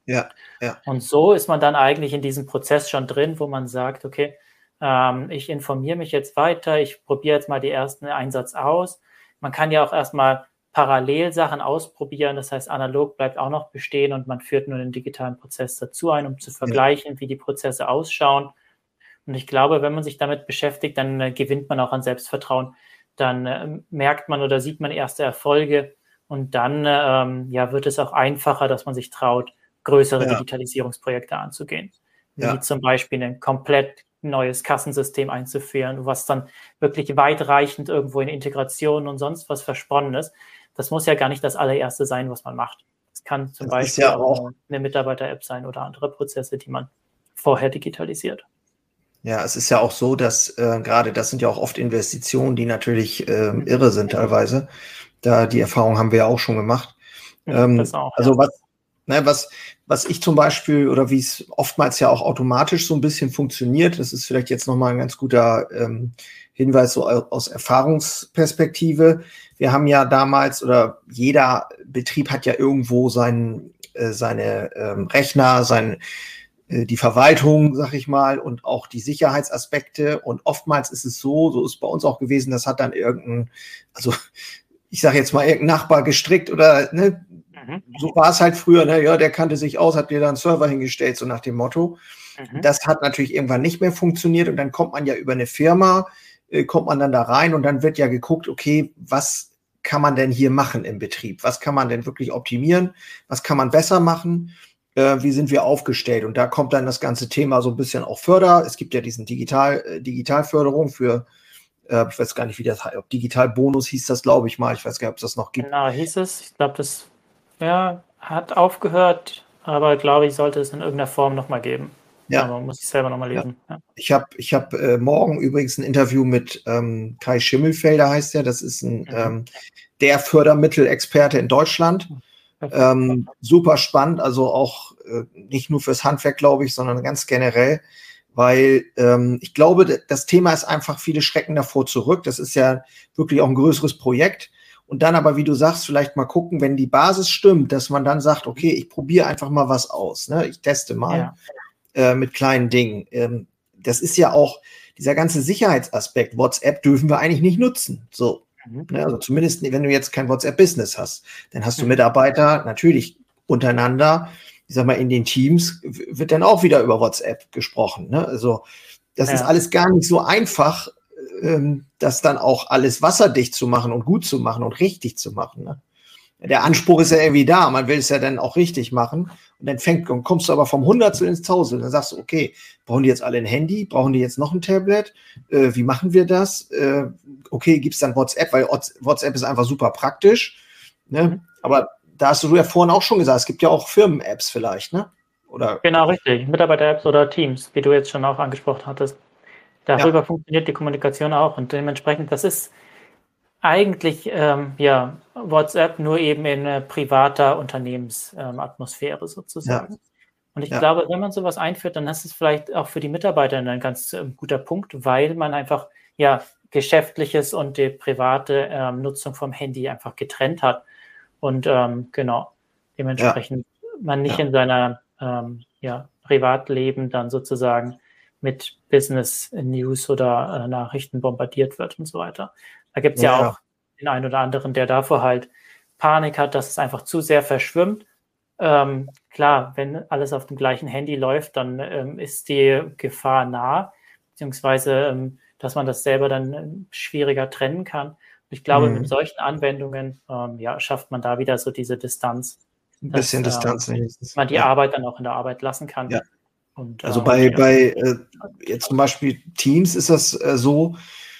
Ja, ja. Und so ist man dann eigentlich in diesem Prozess schon drin, wo man sagt, okay, ähm, ich informiere mich jetzt weiter, ich probiere jetzt mal die ersten Einsatz aus. Man kann ja auch erstmal parallel Sachen ausprobieren, das heißt, analog bleibt auch noch bestehen und man führt nur den digitalen Prozess dazu ein, um zu vergleichen, ja. wie die Prozesse ausschauen. Und ich glaube, wenn man sich damit beschäftigt, dann äh, gewinnt man auch an Selbstvertrauen. Dann äh, merkt man oder sieht man erste Erfolge und dann ähm, ja, wird es auch einfacher, dass man sich traut, größere ja. Digitalisierungsprojekte anzugehen. Ja. Wie zum Beispiel ein komplett neues Kassensystem einzuführen, was dann wirklich weitreichend irgendwo in Integration und sonst was versponnen ist. Das muss ja gar nicht das allererste sein, was man macht. Das kann zum das Beispiel ja auch eine Mitarbeiter-App sein oder andere Prozesse, die man vorher digitalisiert. Ja, es ist ja auch so, dass äh, gerade das sind ja auch oft Investitionen, die natürlich äh, irre sind teilweise. Da die Erfahrung haben wir ja auch schon gemacht. Ähm, das auch, also ja. was, ne, was, was ich zum Beispiel oder wie es oftmals ja auch automatisch so ein bisschen funktioniert, das ist vielleicht jetzt nochmal ein ganz guter ähm, Hinweis so aus Erfahrungsperspektive. Wir haben ja damals oder jeder Betrieb hat ja irgendwo seinen, äh, seine ähm, Rechner, sein die Verwaltung, sag ich mal, und auch die Sicherheitsaspekte. Und oftmals ist es so, so ist bei uns auch gewesen, das hat dann irgendein, also ich sage jetzt mal, irgendein Nachbar gestrickt oder, ne, mhm. so war es halt früher, ne, ja, der kannte sich aus, hat dir da einen Server hingestellt, so nach dem Motto. Mhm. Das hat natürlich irgendwann nicht mehr funktioniert und dann kommt man ja über eine Firma, äh, kommt man dann da rein und dann wird ja geguckt, okay, was kann man denn hier machen im Betrieb? Was kann man denn wirklich optimieren? Was kann man besser machen? Wie sind wir aufgestellt? Und da kommt dann das ganze Thema so ein bisschen auch Förder. Es gibt ja diesen Digital, äh, Digitalförderung für, äh, ich weiß gar nicht, wie das heißt, Digitalbonus hieß das, glaube ich mal. Ich weiß gar nicht, ob es das noch gibt. Genau, hieß es. Ich glaube, das ja, hat aufgehört, aber glaube ich, sollte es in irgendeiner Form nochmal geben. Ja. Aber muss ich selber nochmal lesen. Ja. Ja. Ich habe ich hab, äh, morgen übrigens ein Interview mit ähm, Kai Schimmelfelder, heißt der. Das ist ein, mhm. ähm, der Fördermittelexperte in Deutschland. Ähm, super spannend, also auch äh, nicht nur fürs Handwerk, glaube ich, sondern ganz generell, weil ähm, ich glaube, das Thema ist einfach, viele schrecken davor zurück. Das ist ja wirklich auch ein größeres Projekt. Und dann aber, wie du sagst, vielleicht mal gucken, wenn die Basis stimmt, dass man dann sagt, okay, ich probiere einfach mal was aus. Ne? Ich teste mal ja. äh, mit kleinen Dingen. Ähm, das ist ja auch dieser ganze Sicherheitsaspekt. WhatsApp dürfen wir eigentlich nicht nutzen. So. Also zumindest, wenn du jetzt kein WhatsApp-Business hast, dann hast du Mitarbeiter natürlich untereinander, ich sag mal, in den Teams wird dann auch wieder über WhatsApp gesprochen. Ne? Also das ja. ist alles gar nicht so einfach, ähm, das dann auch alles wasserdicht zu machen und gut zu machen und richtig zu machen. Ne? Der Anspruch ist ja irgendwie da, man will es ja dann auch richtig machen. Und dann fängt, und kommst du aber vom Hundertstel ins Tausend. Dann sagst du, okay, brauchen die jetzt alle ein Handy? Brauchen die jetzt noch ein Tablet? Äh, wie machen wir das? Äh, okay, gibt's dann WhatsApp? Weil WhatsApp ist einfach super praktisch. Ne? Mhm. Aber da hast du ja vorhin auch schon gesagt, es gibt ja auch Firmen-Apps vielleicht, ne? Oder? Genau, richtig. Mitarbeiter-Apps oder Teams, wie du jetzt schon auch angesprochen hattest. Darüber ja. funktioniert die Kommunikation auch. Und dementsprechend, das ist eigentlich ähm, ja WhatsApp nur eben in äh, privater Unternehmensatmosphäre ähm, sozusagen. Ja. Und ich ja. glaube, wenn man sowas einführt, dann ist es vielleicht auch für die Mitarbeiter ein ganz äh, guter Punkt, weil man einfach ja geschäftliches und die private ähm, Nutzung vom Handy einfach getrennt hat. Und ähm, genau, dementsprechend ja. man nicht ja. in seiner ähm, ja, Privatleben dann sozusagen mit Business News oder äh, Nachrichten bombardiert wird und so weiter. Da gibt es ja. ja auch den einen oder anderen, der davor halt Panik hat, dass es einfach zu sehr verschwimmt. Ähm, klar, wenn alles auf dem gleichen Handy läuft, dann ähm, ist die Gefahr nah, beziehungsweise, ähm, dass man das selber dann ähm, schwieriger trennen kann. Und ich glaube, mhm. mit solchen Anwendungen ähm, ja, schafft man da wieder so diese Distanz. Ein bisschen dass, Distanz. Ähm, dass man die ja. Arbeit dann auch in der Arbeit lassen kann. Ja. Und, also äh, bei, ja. bei äh, jetzt zum Beispiel Teams ist das äh, so,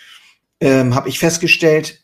ähm, habe ich festgestellt,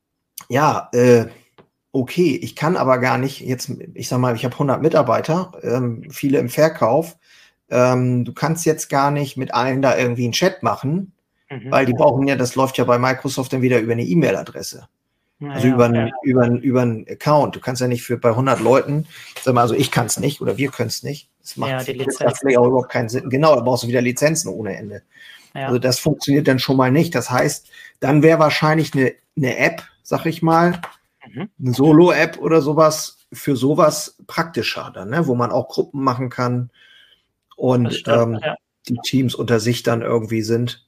ja, äh, okay, ich kann aber gar nicht, jetzt, ich sag mal, ich habe hundert Mitarbeiter, ähm, viele im Verkauf, ähm, du kannst jetzt gar nicht mit allen da irgendwie einen Chat machen, mhm. weil die brauchen ja, das läuft ja bei Microsoft dann wieder über eine E-Mail-Adresse. Ja, also über einen, ja. über einen, über einen Account. Du kannst ja nicht für bei hundert Leuten, sag mal, also ich kann es nicht oder wir können es nicht. Das macht ja, die vielleicht auch überhaupt keinen Sinn. Genau, da brauchst du wieder Lizenzen ohne Ende. Ja. Also das funktioniert dann schon mal nicht. Das heißt, dann wäre wahrscheinlich eine, eine App, sag ich mal, mhm. eine Solo-App oder sowas, für sowas praktischer dann, ne? Wo man auch Gruppen machen kann und stimmt, ähm, ja. die Teams unter sich dann irgendwie sind.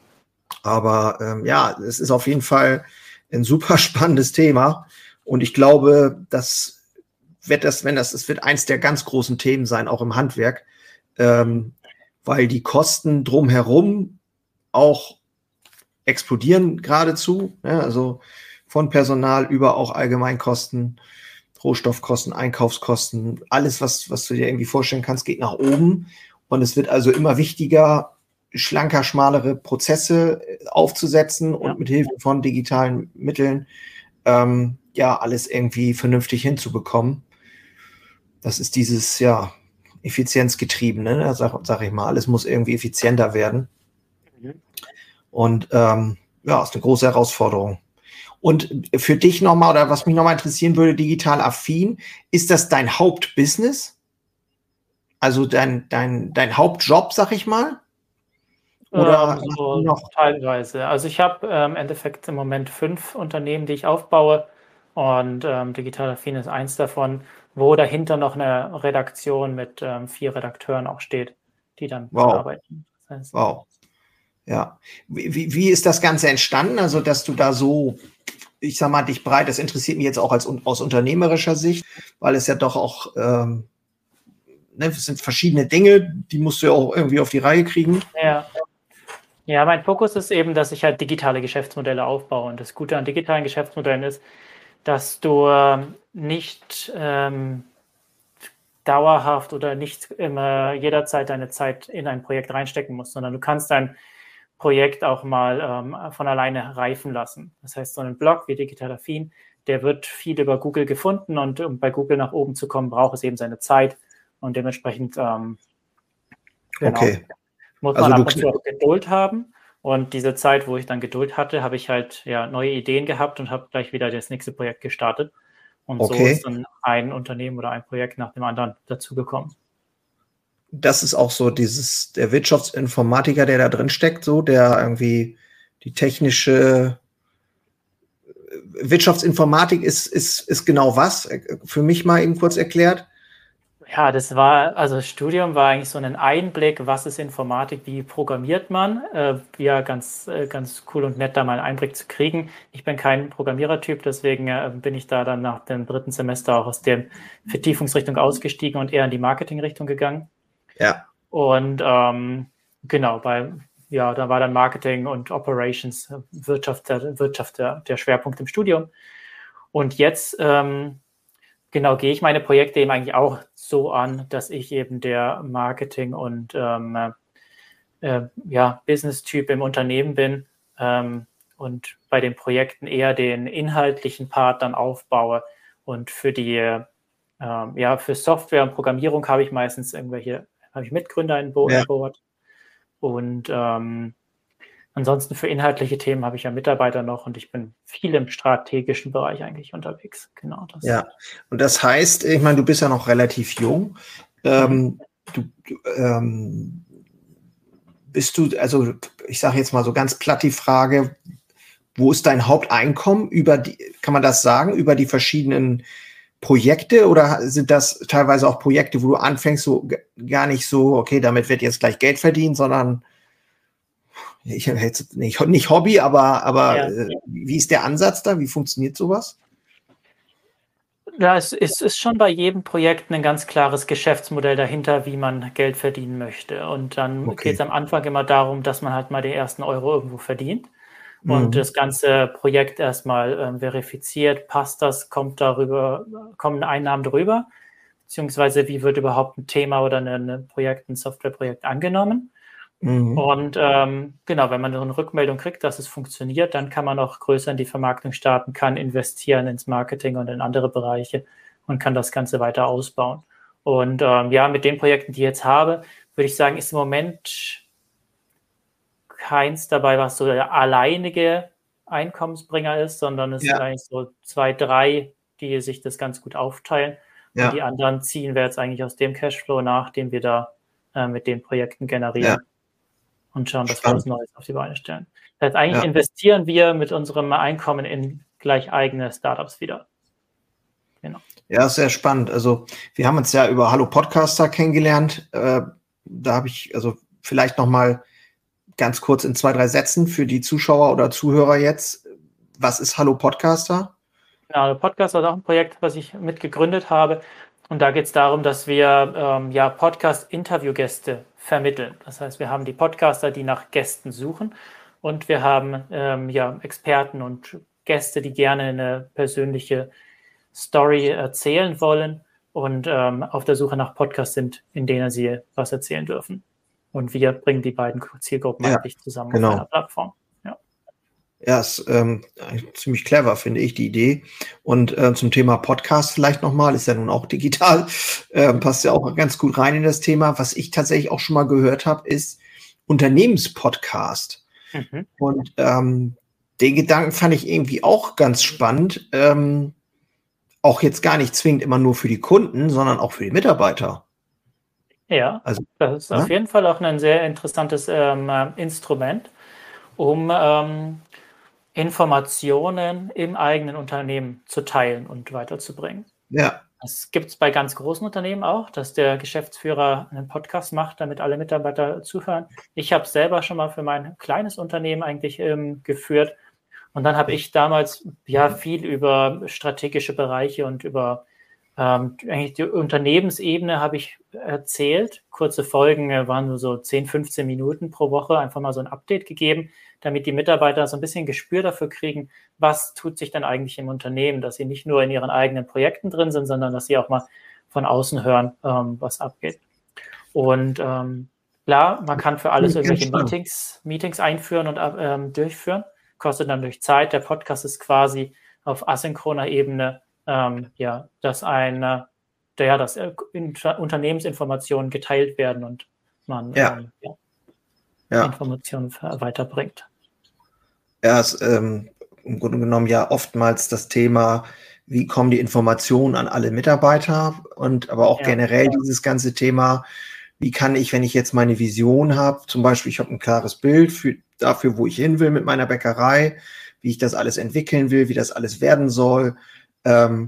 Aber ähm, ja, es ist auf jeden Fall ein super spannendes Thema und ich glaube, das wird das, wenn das, es wird eins der ganz großen Themen sein, auch im Handwerk, ähm, weil die Kosten drumherum auch explodieren geradezu, ne? Also von Personal über auch Allgemeinkosten, Rohstoffkosten, Einkaufskosten, alles, was, was du dir irgendwie vorstellen kannst, geht nach oben. Und es wird also immer wichtiger, schlanker, schmalere Prozesse aufzusetzen und ja. mit Hilfe von digitalen Mitteln ähm, ja alles irgendwie vernünftig hinzubekommen. Das ist dieses, ja, effizienzgetriebene, ne? sag, sag ich mal, alles muss irgendwie effizienter werden. Mhm. Und ähm, ja, ist eine große Herausforderung. Und für dich nochmal, oder was mich nochmal interessieren würde, digital affin, ist das dein Hauptbusiness? Also dein, dein, dein Hauptjob, sag ich mal? Oder ähm, so noch? Teilweise. Also ich habe ähm, im Endeffekt im Moment fünf Unternehmen, die ich aufbaue. Und ähm, digital affin ist eins davon, wo dahinter noch eine Redaktion mit ähm, vier Redakteuren auch steht, die dann wow. arbeiten. Das heißt, wow. Ja. Wie, wie ist das Ganze entstanden? Also, dass du da so, ich sag mal, dich breit, das interessiert mich jetzt auch als, aus unternehmerischer Sicht, weil es ja doch auch, ähm, ne, es sind verschiedene Dinge, die musst du ja auch irgendwie auf die Reihe kriegen. Ja. Ja, mein Fokus ist eben, dass ich halt digitale Geschäftsmodelle aufbaue. Und das Gute an digitalen Geschäftsmodellen ist, dass du ähm, nicht ähm, dauerhaft oder nicht immer jederzeit deine Zeit in ein Projekt reinstecken musst, sondern du kannst dein Projekt auch mal ähm, von alleine reifen lassen. Das heißt, so ein Blog wie Digital Affin, der wird viel über Google gefunden und um bei Google nach oben zu kommen, braucht es eben seine Zeit und dementsprechend ähm, genau, okay. muss man also ab und zu auch Geduld haben. Und diese Zeit, wo ich dann Geduld hatte, habe ich halt ja neue Ideen gehabt und habe gleich wieder das nächste Projekt gestartet. Und okay. so ist dann ein Unternehmen oder ein Projekt nach dem anderen dazugekommen. Das ist auch so dieses, der Wirtschaftsinformatiker, der da drin steckt, so, der irgendwie die technische Wirtschaftsinformatik ist, ist, ist genau was? Für mich mal eben kurz erklärt. Ja, das war, also das Studium war eigentlich so ein Einblick, was ist Informatik, wie programmiert man. Äh, ja, ganz, äh, ganz cool und nett, da mal einen Einblick zu kriegen. Ich bin kein Programmierertyp, deswegen äh, bin ich da dann nach dem dritten Semester auch aus der Vertiefungsrichtung ausgestiegen und eher in die Marketingrichtung gegangen. Ja. Und ähm, genau, bei, ja, da war dann Marketing und Operations, Wirtschaft, der, Wirtschaft der, der Schwerpunkt im Studium. Und jetzt, ähm, genau, gehe ich meine Projekte eben eigentlich auch so an, dass ich eben der Marketing- und ähm, äh, ja, Business-Typ im Unternehmen bin ähm, und bei den Projekten eher den inhaltlichen Part dann aufbaue. Und für die, äh, ja, für Software und Programmierung habe ich meistens irgendwelche, habe ich Mitgründer in Bo- ja. Board. Und ähm, ansonsten für inhaltliche Themen habe ich ja Mitarbeiter noch und ich bin viel im strategischen Bereich eigentlich unterwegs. Genau das. Ja, und das heißt, ich meine, du bist ja noch relativ jung. Ähm, mhm. du, du, ähm, bist du, also ich sage jetzt mal so ganz platt die Frage, wo ist dein Haupteinkommen über die, kann man das sagen, über die verschiedenen Projekte oder sind das teilweise auch Projekte, wo du anfängst, so gar nicht so, okay, damit wird jetzt gleich Geld verdient, sondern ich habe jetzt nicht, nicht Hobby, aber, aber ja. äh, wie ist der Ansatz da? Wie funktioniert sowas? Ja, es ist, ist schon bei jedem Projekt ein ganz klares Geschäftsmodell dahinter, wie man Geld verdienen möchte. Und dann okay. geht es am Anfang immer darum, dass man halt mal den ersten Euro irgendwo verdient und mhm. das ganze Projekt erstmal ähm, verifiziert, passt das, kommt darüber, kommen Einnahmen drüber, beziehungsweise wie wird überhaupt ein Thema oder ein Projekt, ein Softwareprojekt angenommen. Mhm. Und ähm, genau, wenn man so eine Rückmeldung kriegt, dass es funktioniert, dann kann man auch größer in die Vermarktung starten, kann investieren ins Marketing und in andere Bereiche und kann das Ganze weiter ausbauen. Und ähm, ja, mit den Projekten, die ich jetzt habe, würde ich sagen, ist im Moment keins dabei, was so der alleinige Einkommensbringer ist, sondern es ja. sind eigentlich so zwei, drei, die sich das ganz gut aufteilen. Ja. Und die anderen ziehen wir jetzt eigentlich aus dem Cashflow nach, den wir da äh, mit den Projekten generieren. Ja. Und schauen, dass Spannend. wir was Neues auf die Beine stellen. Das heißt, eigentlich ja. investieren wir mit unserem Einkommen in gleich eigene Startups wieder. Genau. Ja, sehr spannend. Also wir haben uns ja über Hallo Podcaster kennengelernt. Äh, da habe ich also vielleicht noch mal ganz kurz in zwei, drei Sätzen für die Zuschauer oder Zuhörer jetzt. Was ist Hallo Podcaster? Genau, der Podcast ist auch ein Projekt, was ich mitgegründet habe. Und da geht es darum, dass wir ähm, ja, Podcast-Interviewgäste vermitteln. Das heißt, wir haben die Podcaster, die nach Gästen suchen. Und wir haben ähm, ja, Experten und Gäste, die gerne eine persönliche Story erzählen wollen und ähm, auf der Suche nach Podcasts sind, in denen sie was erzählen dürfen. Und wir bringen die beiden Zielgruppen Ja, eigentlich zusammen genau. auf einer Plattform. Ja, ja ist ähm, ziemlich clever, finde ich, die Idee. Und äh, zum Thema Podcast vielleicht nochmal, ist ja nun auch digital, äh, passt ja auch ganz gut rein in das Thema. Was ich tatsächlich auch schon mal gehört habe, ist Unternehmenspodcast. Mhm. Und ähm, den Gedanken fand ich irgendwie auch ganz spannend. Ähm, auch jetzt gar nicht zwingend immer nur für die Kunden, sondern auch für die Mitarbeiter. Ja, also, das ist ja? auf jeden Fall auch ein sehr interessantes ähm, Instrument, um ähm, Informationen im eigenen Unternehmen zu teilen und weiterzubringen. Ja. Das gibt es bei ganz großen Unternehmen auch, dass der Geschäftsführer einen Podcast macht, damit alle Mitarbeiter zuhören. Ich habe es selber schon mal für mein kleines Unternehmen eigentlich ähm, geführt. Und dann habe ich damals ja viel über strategische Bereiche und über ähm, eigentlich die Unternehmensebene habe ich erzählt. Kurze Folgen äh, waren nur so zehn, fünfzehn Minuten pro Woche, einfach mal so ein Update gegeben, damit die Mitarbeiter so ein bisschen Gespür dafür kriegen, was tut sich denn eigentlich im Unternehmen, dass sie nicht nur in ihren eigenen Projekten drin sind, sondern dass sie auch mal von außen hören, ähm, was abgeht. Und ähm, klar, man kann für alles irgendwelche Meetings, Meetings einführen und ähm, durchführen. Kostet dann durch Zeit. Der Podcast ist quasi auf asynchroner Ebene, ähm, ja, dass eine, der, dass äh, Unternehmensinformationen geteilt werden und man ja. Ähm, ja, ja. Informationen weiterbringt. Ja, es ist ähm, im Grunde genommen ja oftmals das Thema, wie kommen die Informationen an alle Mitarbeiter und aber auch ja. generell dieses ganze Thema, wie kann ich, wenn ich jetzt meine Vision habe, zum Beispiel, ich habe ein klares Bild für, dafür, wo ich hin will mit meiner Bäckerei, wie ich das alles entwickeln will, wie das alles werden soll. Ähm,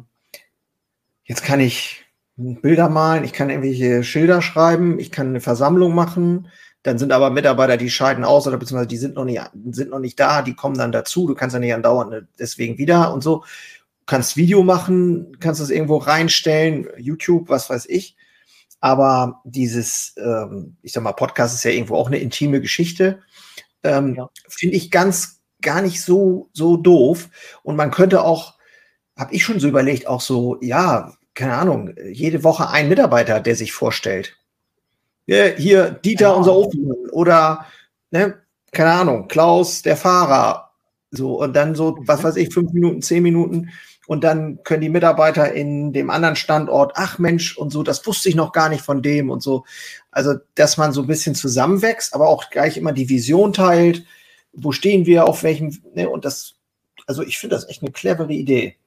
jetzt kann ich Bilder malen, ich kann irgendwelche Schilder schreiben, ich kann eine Versammlung machen, dann sind aber Mitarbeiter, die scheiden aus oder beziehungsweise die sind noch nicht, sind noch nicht da, die kommen dann dazu, du kannst ja nicht andauernd deswegen wieder und so. Du kannst Video machen, kannst das irgendwo reinstellen, YouTube, was weiß ich. Aber dieses, ähm, ich sag mal, Podcast ist ja irgendwo auch eine intime Geschichte, ähm, ja. finde ich ganz gar nicht so, so doof. Und man könnte auch, habe ich schon so überlegt, auch so, ja, keine Ahnung, jede Woche ein Mitarbeiter, der sich vorstellt. Ja, hier, Dieter, ja. unser Ofenmann oder, ne, keine Ahnung, Klaus, der Fahrer. So, und dann so, was weiß ich, fünf Minuten, zehn Minuten. Und dann können die Mitarbeiter in dem anderen Standort, ach Mensch, und so, das wusste ich noch gar nicht von dem und so. Also, dass man so ein bisschen zusammenwächst, aber auch gleich immer die Vision teilt. Wo stehen wir, auf welchem, ne, und das, also ich finde das echt eine clevere Idee.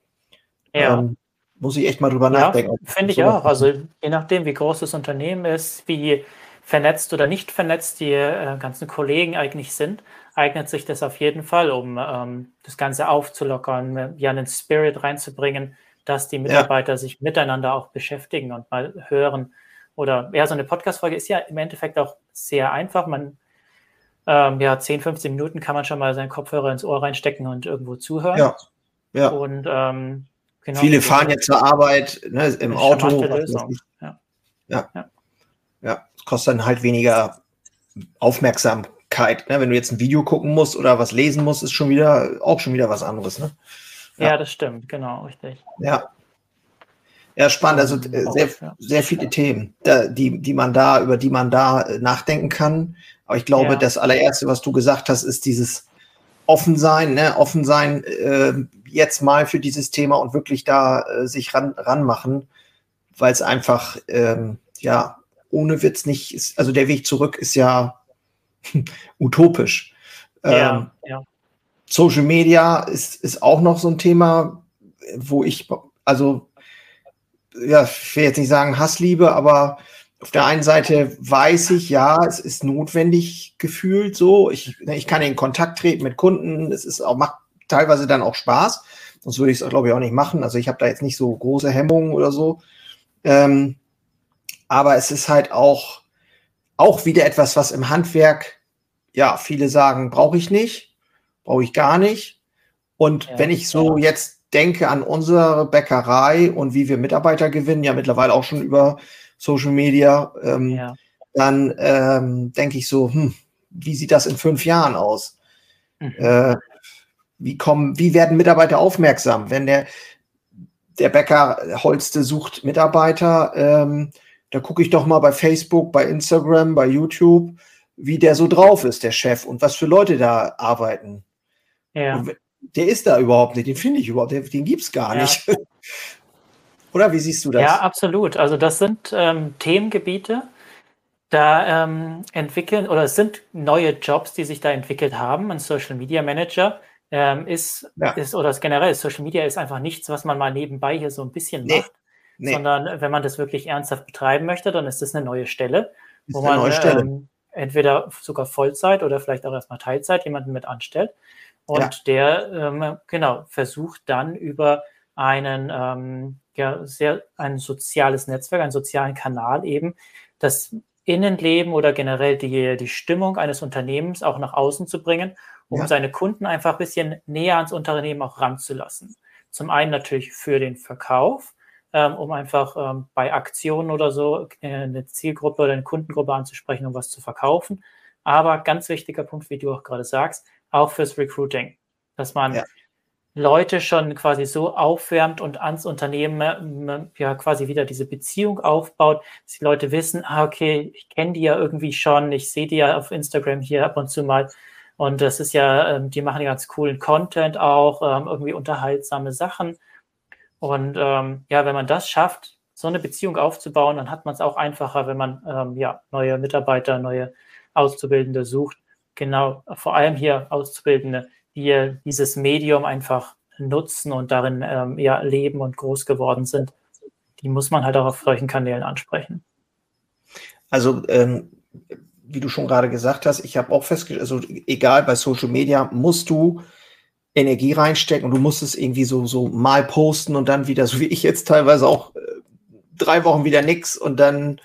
Ja. Ähm, muss ich echt mal drüber ja, nachdenken. Finde ich so auch. Also, je nachdem, wie groß das Unternehmen ist, wie vernetzt oder nicht vernetzt die äh, ganzen Kollegen eigentlich sind, eignet sich das auf jeden Fall, um ähm, das Ganze aufzulockern, ja, einen Spirit reinzubringen, dass die Mitarbeiter ja. sich miteinander auch beschäftigen und mal hören. Oder ja, so eine Podcast-Folge ist ja im Endeffekt auch sehr einfach. Man, ähm, ja, zehn, fünfzehn Minuten kann man schon mal seinen Kopfhörer ins Ohr reinstecken und irgendwo zuhören. Ja, ja. Und ähm, genau, viele fahren jetzt zur Arbeit, ne, im Auto. Lösung. Ja. Ja. ja. Ja, es kostet dann halt weniger Aufmerksamkeit. Ne? Wenn du jetzt ein Video gucken musst oder was lesen musst, ist schon wieder auch schon wieder was anderes. Ne? Ja. ja, das stimmt, genau, richtig. Ja. Ja, spannend. Also äh, sehr, sehr viele ja. Themen, da, die, die man da, über die man da äh, nachdenken kann. Aber ich glaube, ja. das allererste, was du gesagt hast, ist dieses Offensein, ne? Offensein äh, jetzt mal für dieses Thema und wirklich da äh, sich ran, ranmachen, weil es einfach, ähm, ja, ohne Witz nicht ist, also der Weg zurück ist ja utopisch. Ja, ähm, ja. Social Media ist, ist auch noch so ein Thema, wo ich, also, ja, ich will jetzt nicht sagen Hassliebe, aber auf der einen Seite weiß ich, ja, es ist notwendig gefühlt so. Ich, ich kann in Kontakt treten mit Kunden, es ist auch, macht teilweise dann auch Spaß. sonst würde ich es, glaube ich, auch nicht machen. Also ich habe da jetzt nicht so große Hemmungen oder so. Ähm, aber es ist halt auch, auch wieder etwas, was im Handwerk, ja, viele sagen, brauche ich nicht, brauche ich gar nicht. Und Ja, wenn ich so ja. jetzt denke an unsere Bäckerei und wie wir Mitarbeiter gewinnen, ja mittlerweile auch schon über Social Media, ähm, Ja. dann ähm, denke ich so, hm, wie sieht das in fünf Jahren aus? Mhm. Äh, wie kommen, wie werden Mitarbeiter aufmerksam, wenn der der Bäcker Holste sucht Mitarbeiter, ähm, da gucke ich doch mal bei Facebook, bei Instagram, bei YouTube, wie der so drauf ist, der Chef, und was für Leute da arbeiten. Ja. Und der ist da überhaupt nicht, den finde ich überhaupt, den, den gibt es gar Ja. nicht. Oder wie siehst du das? Ja, absolut. Also das sind ähm, Themengebiete, da ähm, entwickeln, oder es sind neue Jobs, die sich da entwickelt haben. Ein Social Media Manager ähm, ist, Ja. ist, oder generell, Social Media ist einfach nichts, was man mal nebenbei hier so ein bisschen Nee, macht, nee. sondern wenn man das wirklich ernsthaft betreiben möchte, dann ist das eine neue Stelle, Ist wo eine man neue Stelle. ähm, entweder sogar Vollzeit oder vielleicht auch erstmal Teilzeit jemanden mit anstellt. Und Ja. der, ähm, genau, versucht dann über einen, ähm, ja, sehr, ein soziales Netzwerk, einen sozialen Kanal eben, das Innenleben oder generell die, die Stimmung eines Unternehmens auch nach außen zu bringen, um Ja. seine Kunden einfach ein bisschen näher ans Unternehmen auch ranzulassen. Zum einen natürlich für den Verkauf, ähm, um einfach ähm, bei Aktionen oder so äh, eine Zielgruppe oder eine Kundengruppe anzusprechen, um was zu verkaufen. Aber ganz wichtiger Punkt, wie du auch gerade sagst, auch fürs Recruiting, dass man Ja. Leute schon quasi so aufwärmt und ans Unternehmen äh, ja quasi wieder diese Beziehung aufbaut, dass die Leute wissen, ah, okay, ich kenne die ja irgendwie schon, ich sehe die ja auf Instagram hier ab und zu mal, und das ist ja, ähm, die machen ja ganz coolen Content auch, ähm, irgendwie unterhaltsame Sachen, und ähm, ja, wenn man das schafft, so eine Beziehung aufzubauen, dann hat man es auch einfacher, wenn man ähm, ja neue Mitarbeiter, neue Auszubildende sucht, genau, vor allem hier Auszubildende, die dieses Medium einfach nutzen und darin ähm, ja, leben und groß geworden sind, die muss man halt auch auf solchen Kanälen ansprechen. Also, ähm, wie du schon gerade gesagt hast, ich habe auch festgestellt, also egal, bei Social Media musst du Energie reinstecken und du musst es irgendwie so, so mal posten und dann wieder, so wie ich jetzt teilweise auch, äh, drei Wochen wieder nix und dann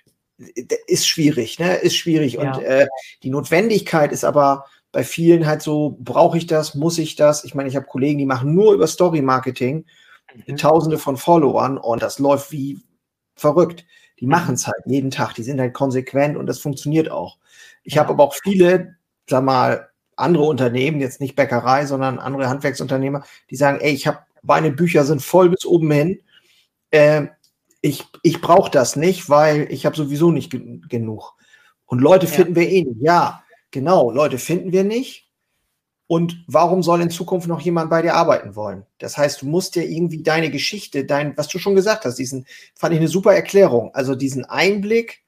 ist schwierig, ne? Ist schwierig. Ja. Und äh, die Notwendigkeit ist aber bei vielen halt so, brauche ich das, muss ich das? Ich meine, ich habe Kollegen, die machen nur über Story-Marketing, Mhm. Tausende von Followern, und das läuft wie verrückt. Die Mhm. machen es halt jeden Tag, die sind halt konsequent und das funktioniert auch. Ich Ja. habe aber auch viele, sag mal, andere Unternehmen, jetzt nicht Bäckerei, sondern andere Handwerksunternehmer, die sagen, ey, ich habe, meine Bücher sind voll bis oben hin, äh, ich, ich brauche das nicht, weil ich habe sowieso nicht ge- genug. Und Leute Ja. finden wir eh nicht. Ja, genau, Leute finden wir nicht. Und warum soll in Zukunft noch jemand bei dir arbeiten wollen? Das heißt, du musst ja irgendwie deine Geschichte, dein, was du schon gesagt hast, diesen, fand ich eine super Erklärung. Also diesen Einblick,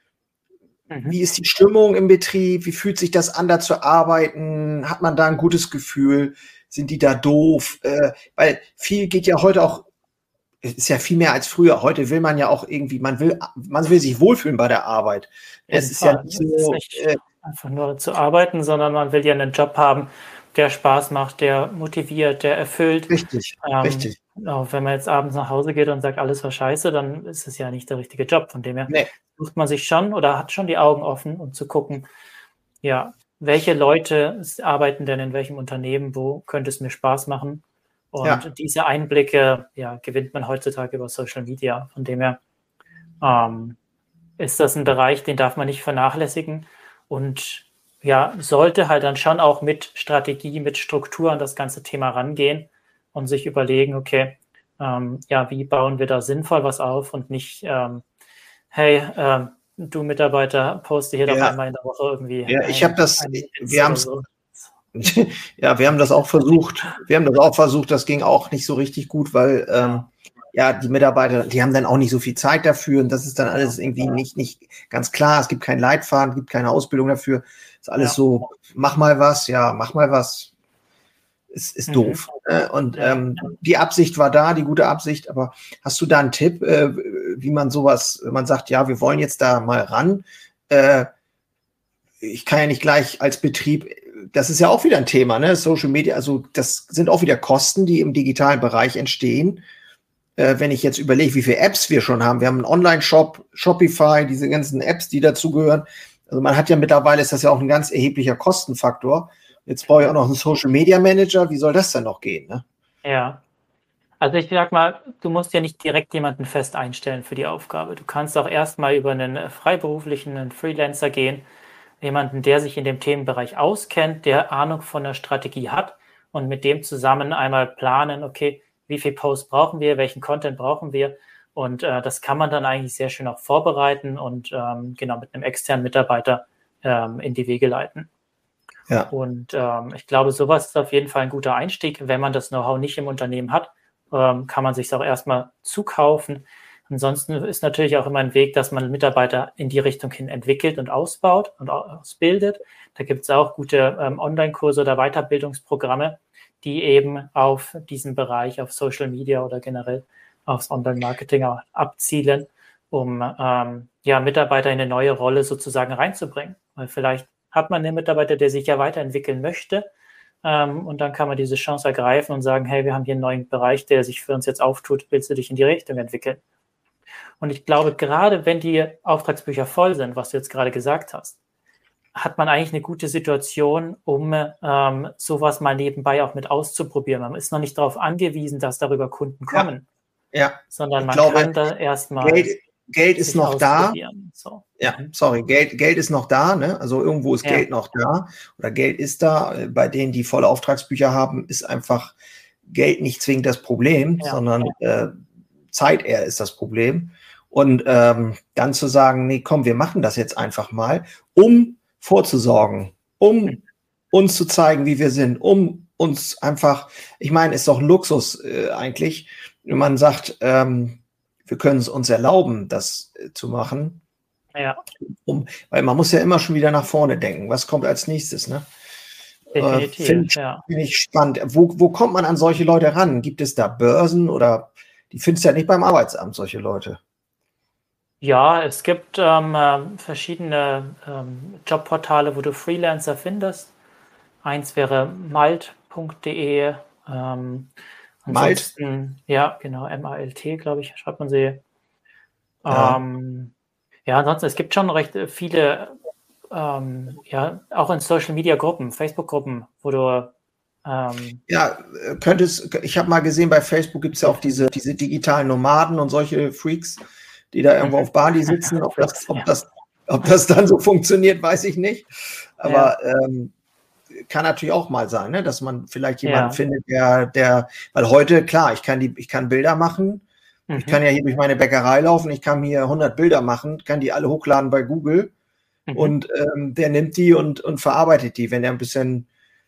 Mhm. wie ist die Stimmung im Betrieb, wie fühlt sich das an, da zu arbeiten? Hat man da ein gutes Gefühl? Sind die da doof? Äh, weil viel geht ja heute auch, es ist ja viel mehr als früher. Heute will man ja auch irgendwie, man will, man will sich wohlfühlen bei der Arbeit. Es ist ja nicht Es ist so, nicht äh, einfach nur zu arbeiten, sondern man will ja einen Job haben, der Spaß macht, der motiviert, der erfüllt. richtig, Ähm, richtig. Genau, wenn man jetzt abends nach Hause geht und sagt, alles war scheiße, dann ist es ja nicht der richtige Job. Von dem her Nee. sucht man sich schon oder hat schon die Augen offen, um zu gucken, ja, welche Leute arbeiten denn in welchem Unternehmen, wo könnte es mir Spaß machen? Und Ja. diese Einblicke, ja, gewinnt man heutzutage über Social Media. Von dem her ähm, ist das ein Bereich, den darf man nicht vernachlässigen und ja, sollte halt dann schon auch mit Strategie, mit Struktur an das ganze Thema rangehen und sich überlegen, okay, ähm, ja, wie bauen wir da sinnvoll was auf und nicht, ähm, hey, ähm, du Mitarbeiter, poste hier doch Ja. einmal in der Woche irgendwie. Ja, ich ein- habe das, einen Witz wir oder haben's, so. ja, wir haben das auch versucht. Wir haben das auch versucht, das ging auch nicht so richtig gut, weil ähm, ja, die Mitarbeiter, die haben dann auch nicht so viel Zeit dafür und das ist dann alles irgendwie nicht, nicht ganz klar. Es gibt keinen Leitfaden, gibt keine Ausbildung dafür. Ist alles Ja. so, mach mal was, ja, mach mal was. Ist, ist Mhm. doof. Äh, und Ja. ähm, die Absicht war da, die gute Absicht, aber hast du da einen Tipp, äh, wie man sowas, wenn man sagt, ja, wir wollen jetzt da mal ran, äh, ich kann ja nicht gleich als Betrieb das ist ja auch wieder ein Thema, ne? Social Media, also das sind auch wieder Kosten, die im digitalen Bereich entstehen. Äh, wenn ich jetzt überlege, wie viele Apps wir schon haben. Wir haben einen Online-Shop, Shopify, diese ganzen Apps, die dazugehören. Also man hat ja mittlerweile, ist das ja auch ein ganz erheblicher Kostenfaktor. Jetzt brauche ich auch noch einen Social Media Manager. Wie soll das denn noch gehen, ne? Ja. Also ich sag mal, du musst ja nicht direkt jemanden fest einstellen für die Aufgabe. Du kannst auch erstmal über einen freiberuflichen, einen Freelancer gehen, jemanden, der sich in dem Themenbereich auskennt, der Ahnung von der Strategie hat und mit dem zusammen einmal planen, okay, wie viel Posts brauchen wir, welchen Content brauchen wir, und äh, das kann man dann eigentlich sehr schön auch vorbereiten und ähm, genau mit einem externen Mitarbeiter ähm, in die Wege leiten. Ja. Und ähm, ich glaube, sowas ist auf jeden Fall ein guter Einstieg. Wenn man das Know-how nicht im Unternehmen hat, ähm, kann man sich es auch erstmal zukaufen. Ansonsten ist natürlich auch immer ein Weg, dass man Mitarbeiter in die Richtung hin entwickelt und ausbaut und ausbildet. Da gibt es auch gute ähm, Online-Kurse oder Weiterbildungsprogramme, die eben auf diesen Bereich, auf Social Media oder generell aufs Online-Marketing abzielen, um ähm, ja, Mitarbeiter in eine neue Rolle sozusagen reinzubringen. Weil vielleicht hat man einen Mitarbeiter, der sich ja weiterentwickeln möchte, ähm, und dann kann man diese Chance ergreifen und sagen, hey, wir haben hier einen neuen Bereich, der sich für uns jetzt auftut, willst du dich in die Richtung entwickeln? Und ich glaube, gerade wenn die Auftragsbücher voll sind, was du jetzt gerade gesagt hast, hat man eigentlich eine gute Situation, um ähm, sowas mal nebenbei auch mit auszuprobieren. Man ist noch nicht darauf angewiesen, dass darüber Kunden kommen, ja, ja. sondern ich man glaube, kann da erstmal Geld, Geld ist noch da. So. Ja, sorry, Geld, Geld ist noch da, ne? Also irgendwo ist ja. Geld noch da oder Geld ist da. Bei denen, die volle Auftragsbücher haben, ist einfach Geld nicht zwingend das Problem, ja. sondern äh, Zeit eher ist das Problem. Und ähm, dann zu sagen, nee, komm, wir machen das jetzt einfach mal, um vorzusorgen, um uns zu zeigen, wie wir sind, um uns einfach, ich meine, ist doch ein Luxus äh, eigentlich, wenn man sagt, ähm, wir können es uns erlauben, das äh, zu machen. Ja. Um, weil man muss ja immer schon wieder nach vorne denken. Was kommt als nächstes, ne? Definitiv, äh, Finde ich, ja. find ich spannend. Wo, wo kommt man an solche Leute ran? Gibt es da Börsen oder die findest du ja nicht beim Arbeitsamt, solche Leute? Ja, es gibt ähm, verschiedene ähm, Jobportale, wo du Freelancer findest. Eins wäre malt punkt de. Ähm, ansonsten, Malt? Ja, genau, M A L T, glaube ich, schreibt man sie. Ja. Ähm, ja, ansonsten, es gibt schon recht viele, ähm, ja, auch in Social-Media-Gruppen, Facebook-Gruppen, wo du ähm, ja, könntest, ich habe mal gesehen, bei Facebook gibt es ja auch diese, diese digitalen Nomaden und solche Freaks, die da irgendwo auf Bali sitzen. Ob das, ob das, ob das dann so funktioniert, weiß ich nicht. Aber ja. ähm, kann natürlich auch mal sein, ne? Dass man vielleicht jemanden ja. findet, der, der, weil heute, klar, ich kann die, ich kann Bilder machen. Mhm. Ich kann ja hier durch meine Bäckerei laufen. Ich kann hier hundert Bilder machen, kann die alle hochladen bei Google. Mhm. Und ähm, der nimmt die und, und verarbeitet die. Wenn er ein bisschen,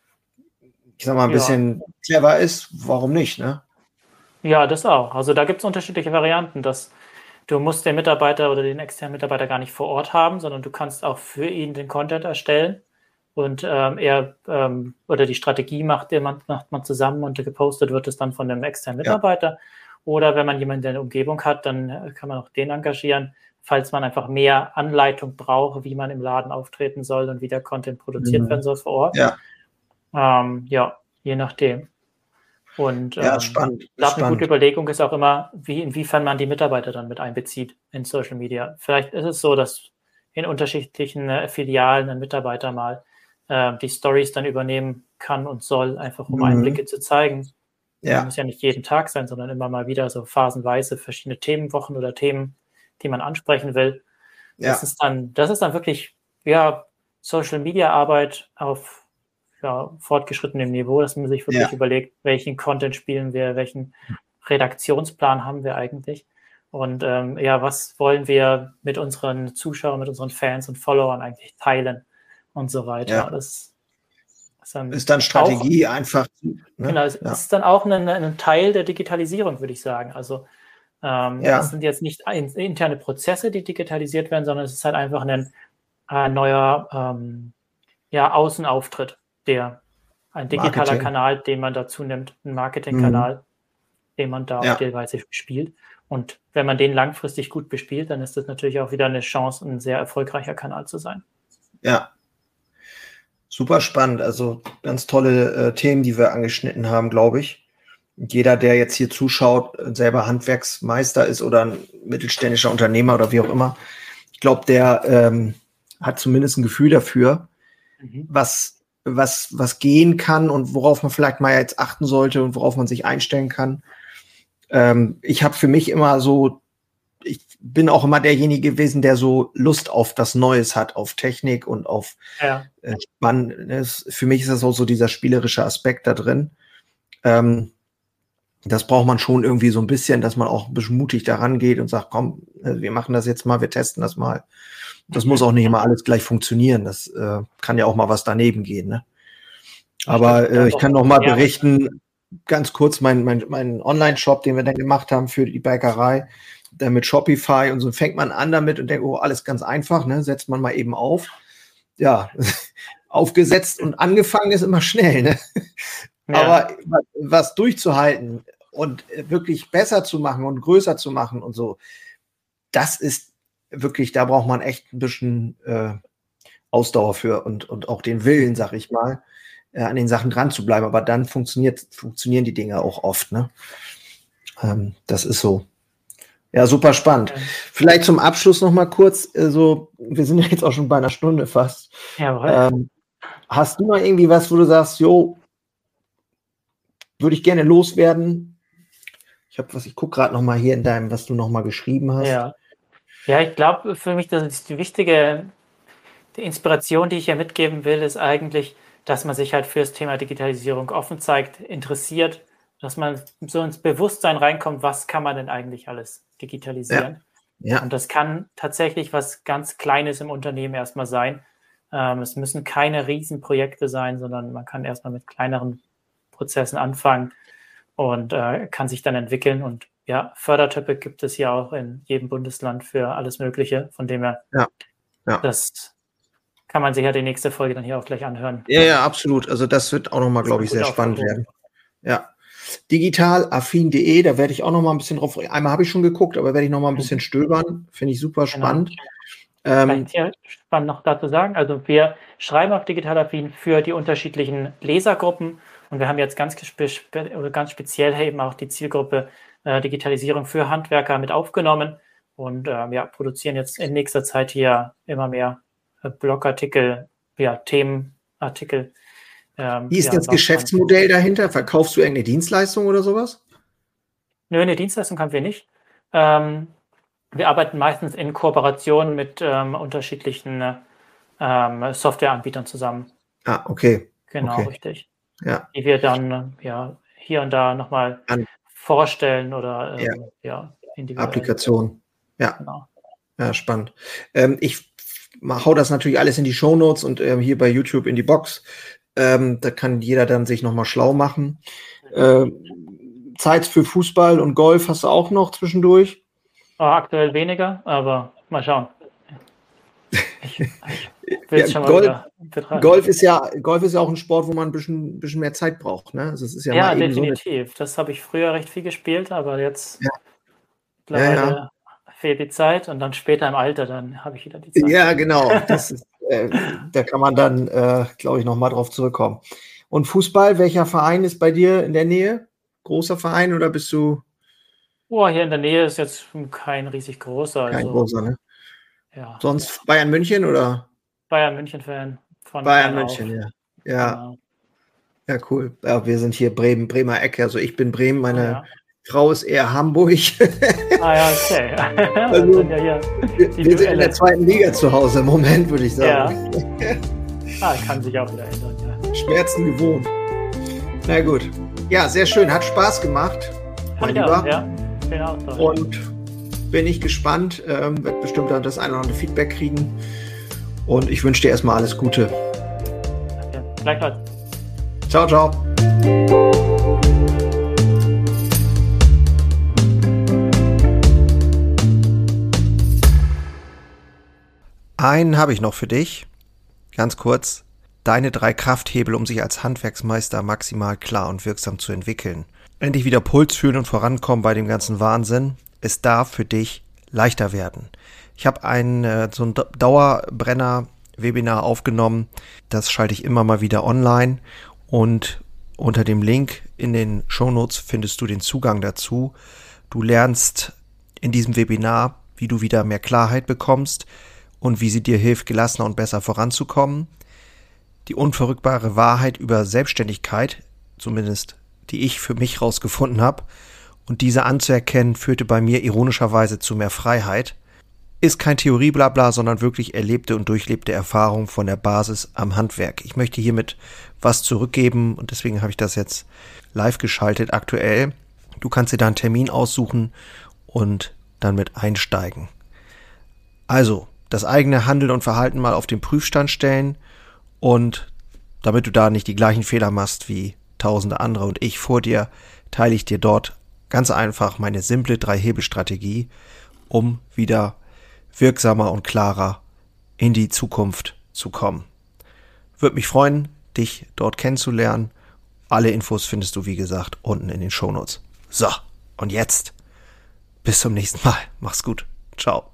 ich sag mal, ein ja. bisschen clever ist, warum nicht, ne? Ja, das auch. Also da gibt es unterschiedliche Varianten, dass du musst den Mitarbeiter oder den externen Mitarbeiter gar nicht vor Ort haben, sondern du kannst auch für ihn den Content erstellen und ähm, er ähm, oder die Strategie macht, man, macht man zusammen und gepostet wird es dann von dem externen Mitarbeiter. Ja. Oder wenn man jemanden in der Umgebung hat, dann kann man auch den engagieren, falls man einfach mehr Anleitung braucht, wie man im Laden auftreten soll und wie der Content produziert mhm. werden soll vor Ort. Ja, ähm, ja je nachdem. Und ja, ähm, spannend. Ich glaube, eine gute Überlegung ist auch immer, wie inwiefern man die Mitarbeiter dann mit einbezieht in Social Media. Vielleicht ist es so, dass in unterschiedlichen äh, Filialen ein Mitarbeiter mal äh, die Stories dann übernehmen kann und soll, einfach um mhm. Einblicke zu zeigen. Ja. Das muss ja nicht jeden Tag sein, sondern immer mal wieder so phasenweise verschiedene Themenwochen oder Themen, die man ansprechen will. Ja. Das ist dann, das ist dann wirklich ja Social Media Arbeit auf ja, fortgeschrittenem Niveau, dass man sich wirklich ja. überlegt, welchen Content spielen wir, welchen Redaktionsplan haben wir eigentlich und ähm, ja, was wollen wir mit unseren Zuschauern, mit unseren Fans und Followern eigentlich teilen und so weiter. Ja. Das ist dann, ist dann Strategie auch, einfach. Ne? Genau, es ja. ist dann auch ein, ein Teil der Digitalisierung, würde ich sagen. Also ähm, ja. es sind jetzt nicht ein, interne Prozesse, die digitalisiert werden, sondern es ist halt einfach ein, ein neuer ähm, ja, Außenauftritt. Der, ein digitaler Marketing. Kanal, den man dazu nimmt, ein Marketingkanal, mhm. den man da ja. auf die Weise bespielt. Und wenn man den langfristig gut bespielt, dann ist das natürlich auch wieder eine Chance, ein sehr erfolgreicher Kanal zu sein. Ja. Super spannend. Also ganz tolle äh, Themen, die wir angeschnitten haben, glaube ich. Jeder, der jetzt hier zuschaut, selber Handwerksmeister ist oder ein mittelständischer Unternehmer oder wie auch immer, ich glaube, der ähm, hat zumindest ein Gefühl dafür, mhm. was, was, was gehen kann und worauf man vielleicht mal jetzt achten sollte und worauf man sich einstellen kann. Ähm, ich habe für mich immer so, ich bin auch immer derjenige gewesen, der so Lust auf das Neues hat, auf Technik und auf ja. äh, Spannend. Für mich ist das auch so dieser spielerische Aspekt da drin. Ähm, das braucht man schon irgendwie so ein bisschen, dass man auch ein bisschen mutig daran geht und sagt, komm, wir machen das jetzt mal, wir testen das mal. Das mhm. muss auch nicht immer alles gleich funktionieren. Das äh, kann ja auch mal was daneben gehen. Ne? Aber äh, ich kann noch mal ja. berichten, ganz kurz, mein, mein, mein Online-Shop, den wir dann gemacht haben für die Bäckerei, dann mit Shopify und so fängt man an damit und denkt, oh, alles ganz einfach, ne? Setzt man mal eben auf. Ja, aufgesetzt und angefangen ist immer schnell, ne? Ja. Aber was durchzuhalten und wirklich besser zu machen und größer zu machen und so, das ist wirklich, da braucht man echt ein bisschen äh, Ausdauer für und, und auch den Willen, sag ich mal, äh, an den Sachen dran zu bleiben. Aber dann funktioniert, funktionieren die Dinge auch oft, ne? Ähm, das ist so. Ja, super spannend. Okay. Vielleicht zum Abschluss noch mal kurz, äh, so, wir sind ja jetzt auch schon bei einer Stunde fast. Ja, ähm, hast du noch irgendwie was, wo du sagst, jo, würde ich gerne loswerden? Ich habe was, ich gucke gerade noch mal hier in deinem, was du noch mal geschrieben hast. Ja, ja, ich glaube, für mich, das ist die wichtige die Inspiration, die ich hier mitgeben will, ist eigentlich, dass man sich halt für das Thema Digitalisierung offen zeigt, interessiert, dass man so ins Bewusstsein reinkommt, was kann man denn eigentlich alles digitalisieren. Ja. Ja. Und das kann tatsächlich was ganz Kleines im Unternehmen erstmal sein. Ähm, es müssen keine Riesenprojekte sein, sondern man kann erstmal mit kleineren Prozessen anfangen und äh, kann sich dann entwickeln. Und ja, Fördertöpfe gibt es ja auch in jedem Bundesland für alles Mögliche. Von dem her, ja. Ja. das kann man sich ja die nächste Folge dann hier auch gleich anhören. Ja, ja, absolut. Also das wird auch nochmal, glaube ich, sehr spannend werden. Ja. digitalaffin punkt de, da werde ich auch noch mal ein bisschen drauf, einmal habe ich schon geguckt, aber werde ich noch mal ein bisschen stöbern, finde ich super spannend. Genau. Ähm, Kann ich hier spannend noch dazu sagen, also wir schreiben auf Digitalaffin für die unterschiedlichen Lesergruppen und wir haben jetzt ganz, spe oder ganz speziell eben auch die Zielgruppe äh, Digitalisierung für Handwerker mit aufgenommen und äh, ja, produzieren jetzt in nächster Zeit hier immer mehr äh, Blogartikel, ja, Themenartikel. Ähm, Wie ist ja, das Geschäftsmodell dahinter? Verkaufst du irgendeine Dienstleistung oder sowas? Nö, eine Dienstleistung haben wir nicht. Ähm, wir arbeiten meistens in Kooperation mit ähm, unterschiedlichen ähm, Softwareanbietern zusammen. Ah, okay. Genau, okay. richtig. Ja. Die wir dann ja, hier und da nochmal vorstellen oder ähm, ja. ja, Applikationen. Ja. Genau. Ja, spannend. Ähm, ich hau das natürlich alles in die Shownotes und ähm, hier bei YouTube in die Box. Ähm, da kann jeder dann sich nochmal schlau machen. Ähm, Zeit für Fußball und Golf hast du auch noch zwischendurch? Oh, aktuell weniger, aber mal schauen. Ich, ich ja, schon Golf, mal Golf, ist ja, Golf ist ja auch ein Sport, wo man ein bisschen, bisschen mehr Zeit braucht. Ne? Also es ist ja ja, mal definitiv. So das habe ich früher recht viel gespielt, aber jetzt ja. mittlerweile ja, ja. fehlt die Zeit und dann später im Alter, dann habe ich wieder die Zeit. Ja, genau. Das ist, äh, da kann man dann, äh, glaube ich, nochmal drauf zurückkommen. Und Fußball, welcher Verein ist bei dir in der Nähe? Großer Verein oder bist du? Oh, hier in der Nähe ist jetzt kein riesig großer. Kein also, großer, ne? Ja. Sonst Bayern München oder? Bayern München-Fan. Bayern München, ja. Ja. Genau. Ja, cool. Ja, wir sind hier Bremen, Bremer Ecke. Also ich bin Bremen, meine oh, ja. Frau ist eher Hamburg. Ah ja, okay. Also, ja hier wir wir sind in der zweiten Liga zu Hause im Moment, würde ich sagen. Ja. Ah, kann sich auch wieder ändern, ja. Schmerzen gewohnt. Na gut. Ja, sehr schön. Hat Spaß gemacht, mein ja, Lieber. Ja, genau. Und bin ich gespannt. Ähm, wird bestimmt dann das eine oder andere Feedback kriegen. Und ich wünsche dir erstmal alles Gute. Danke. Gleichfalls. Ciao, ciao. Einen habe ich noch für dich. Ganz kurz. Deine drei Krafthebel, um sich als Handwerksmeister maximal klar und wirksam zu entwickeln. Endlich wieder Puls fühlen und vorankommen bei dem ganzen Wahnsinn. Es darf für dich leichter werden. Ich habe einen äh, so einen Dauerbrenner Webinar aufgenommen. Das schalte ich immer mal wieder online und unter dem Link in den Shownotes findest du den Zugang dazu. Du lernst in diesem Webinar, wie du wieder mehr Klarheit bekommst und wie sie dir hilft, gelassener und besser voranzukommen. Die unverrückbare Wahrheit über Selbstständigkeit, zumindest die ich für mich rausgefunden habe, und diese anzuerkennen, führte bei mir ironischerweise zu mehr Freiheit. Ist kein Theorieblabla, sondern wirklich erlebte und durchlebte Erfahrung von der Basis am Handwerk. Ich möchte hiermit was zurückgeben und deswegen habe ich das jetzt live geschaltet aktuell. Du kannst dir da einen Termin aussuchen und dann mit einsteigen. Also, das eigene Handeln und Verhalten mal auf den Prüfstand stellen und damit du da nicht die gleichen Fehler machst wie tausende andere und ich vor dir, teile ich dir dort ganz einfach meine simple Drei-Hebel-Strategie, um wieder wirksamer und klarer in die Zukunft zu kommen. Würde mich freuen, dich dort kennenzulernen. Alle Infos findest du, wie gesagt, unten in den Shownotes. So, und jetzt bis zum nächsten Mal. Mach's gut. Ciao.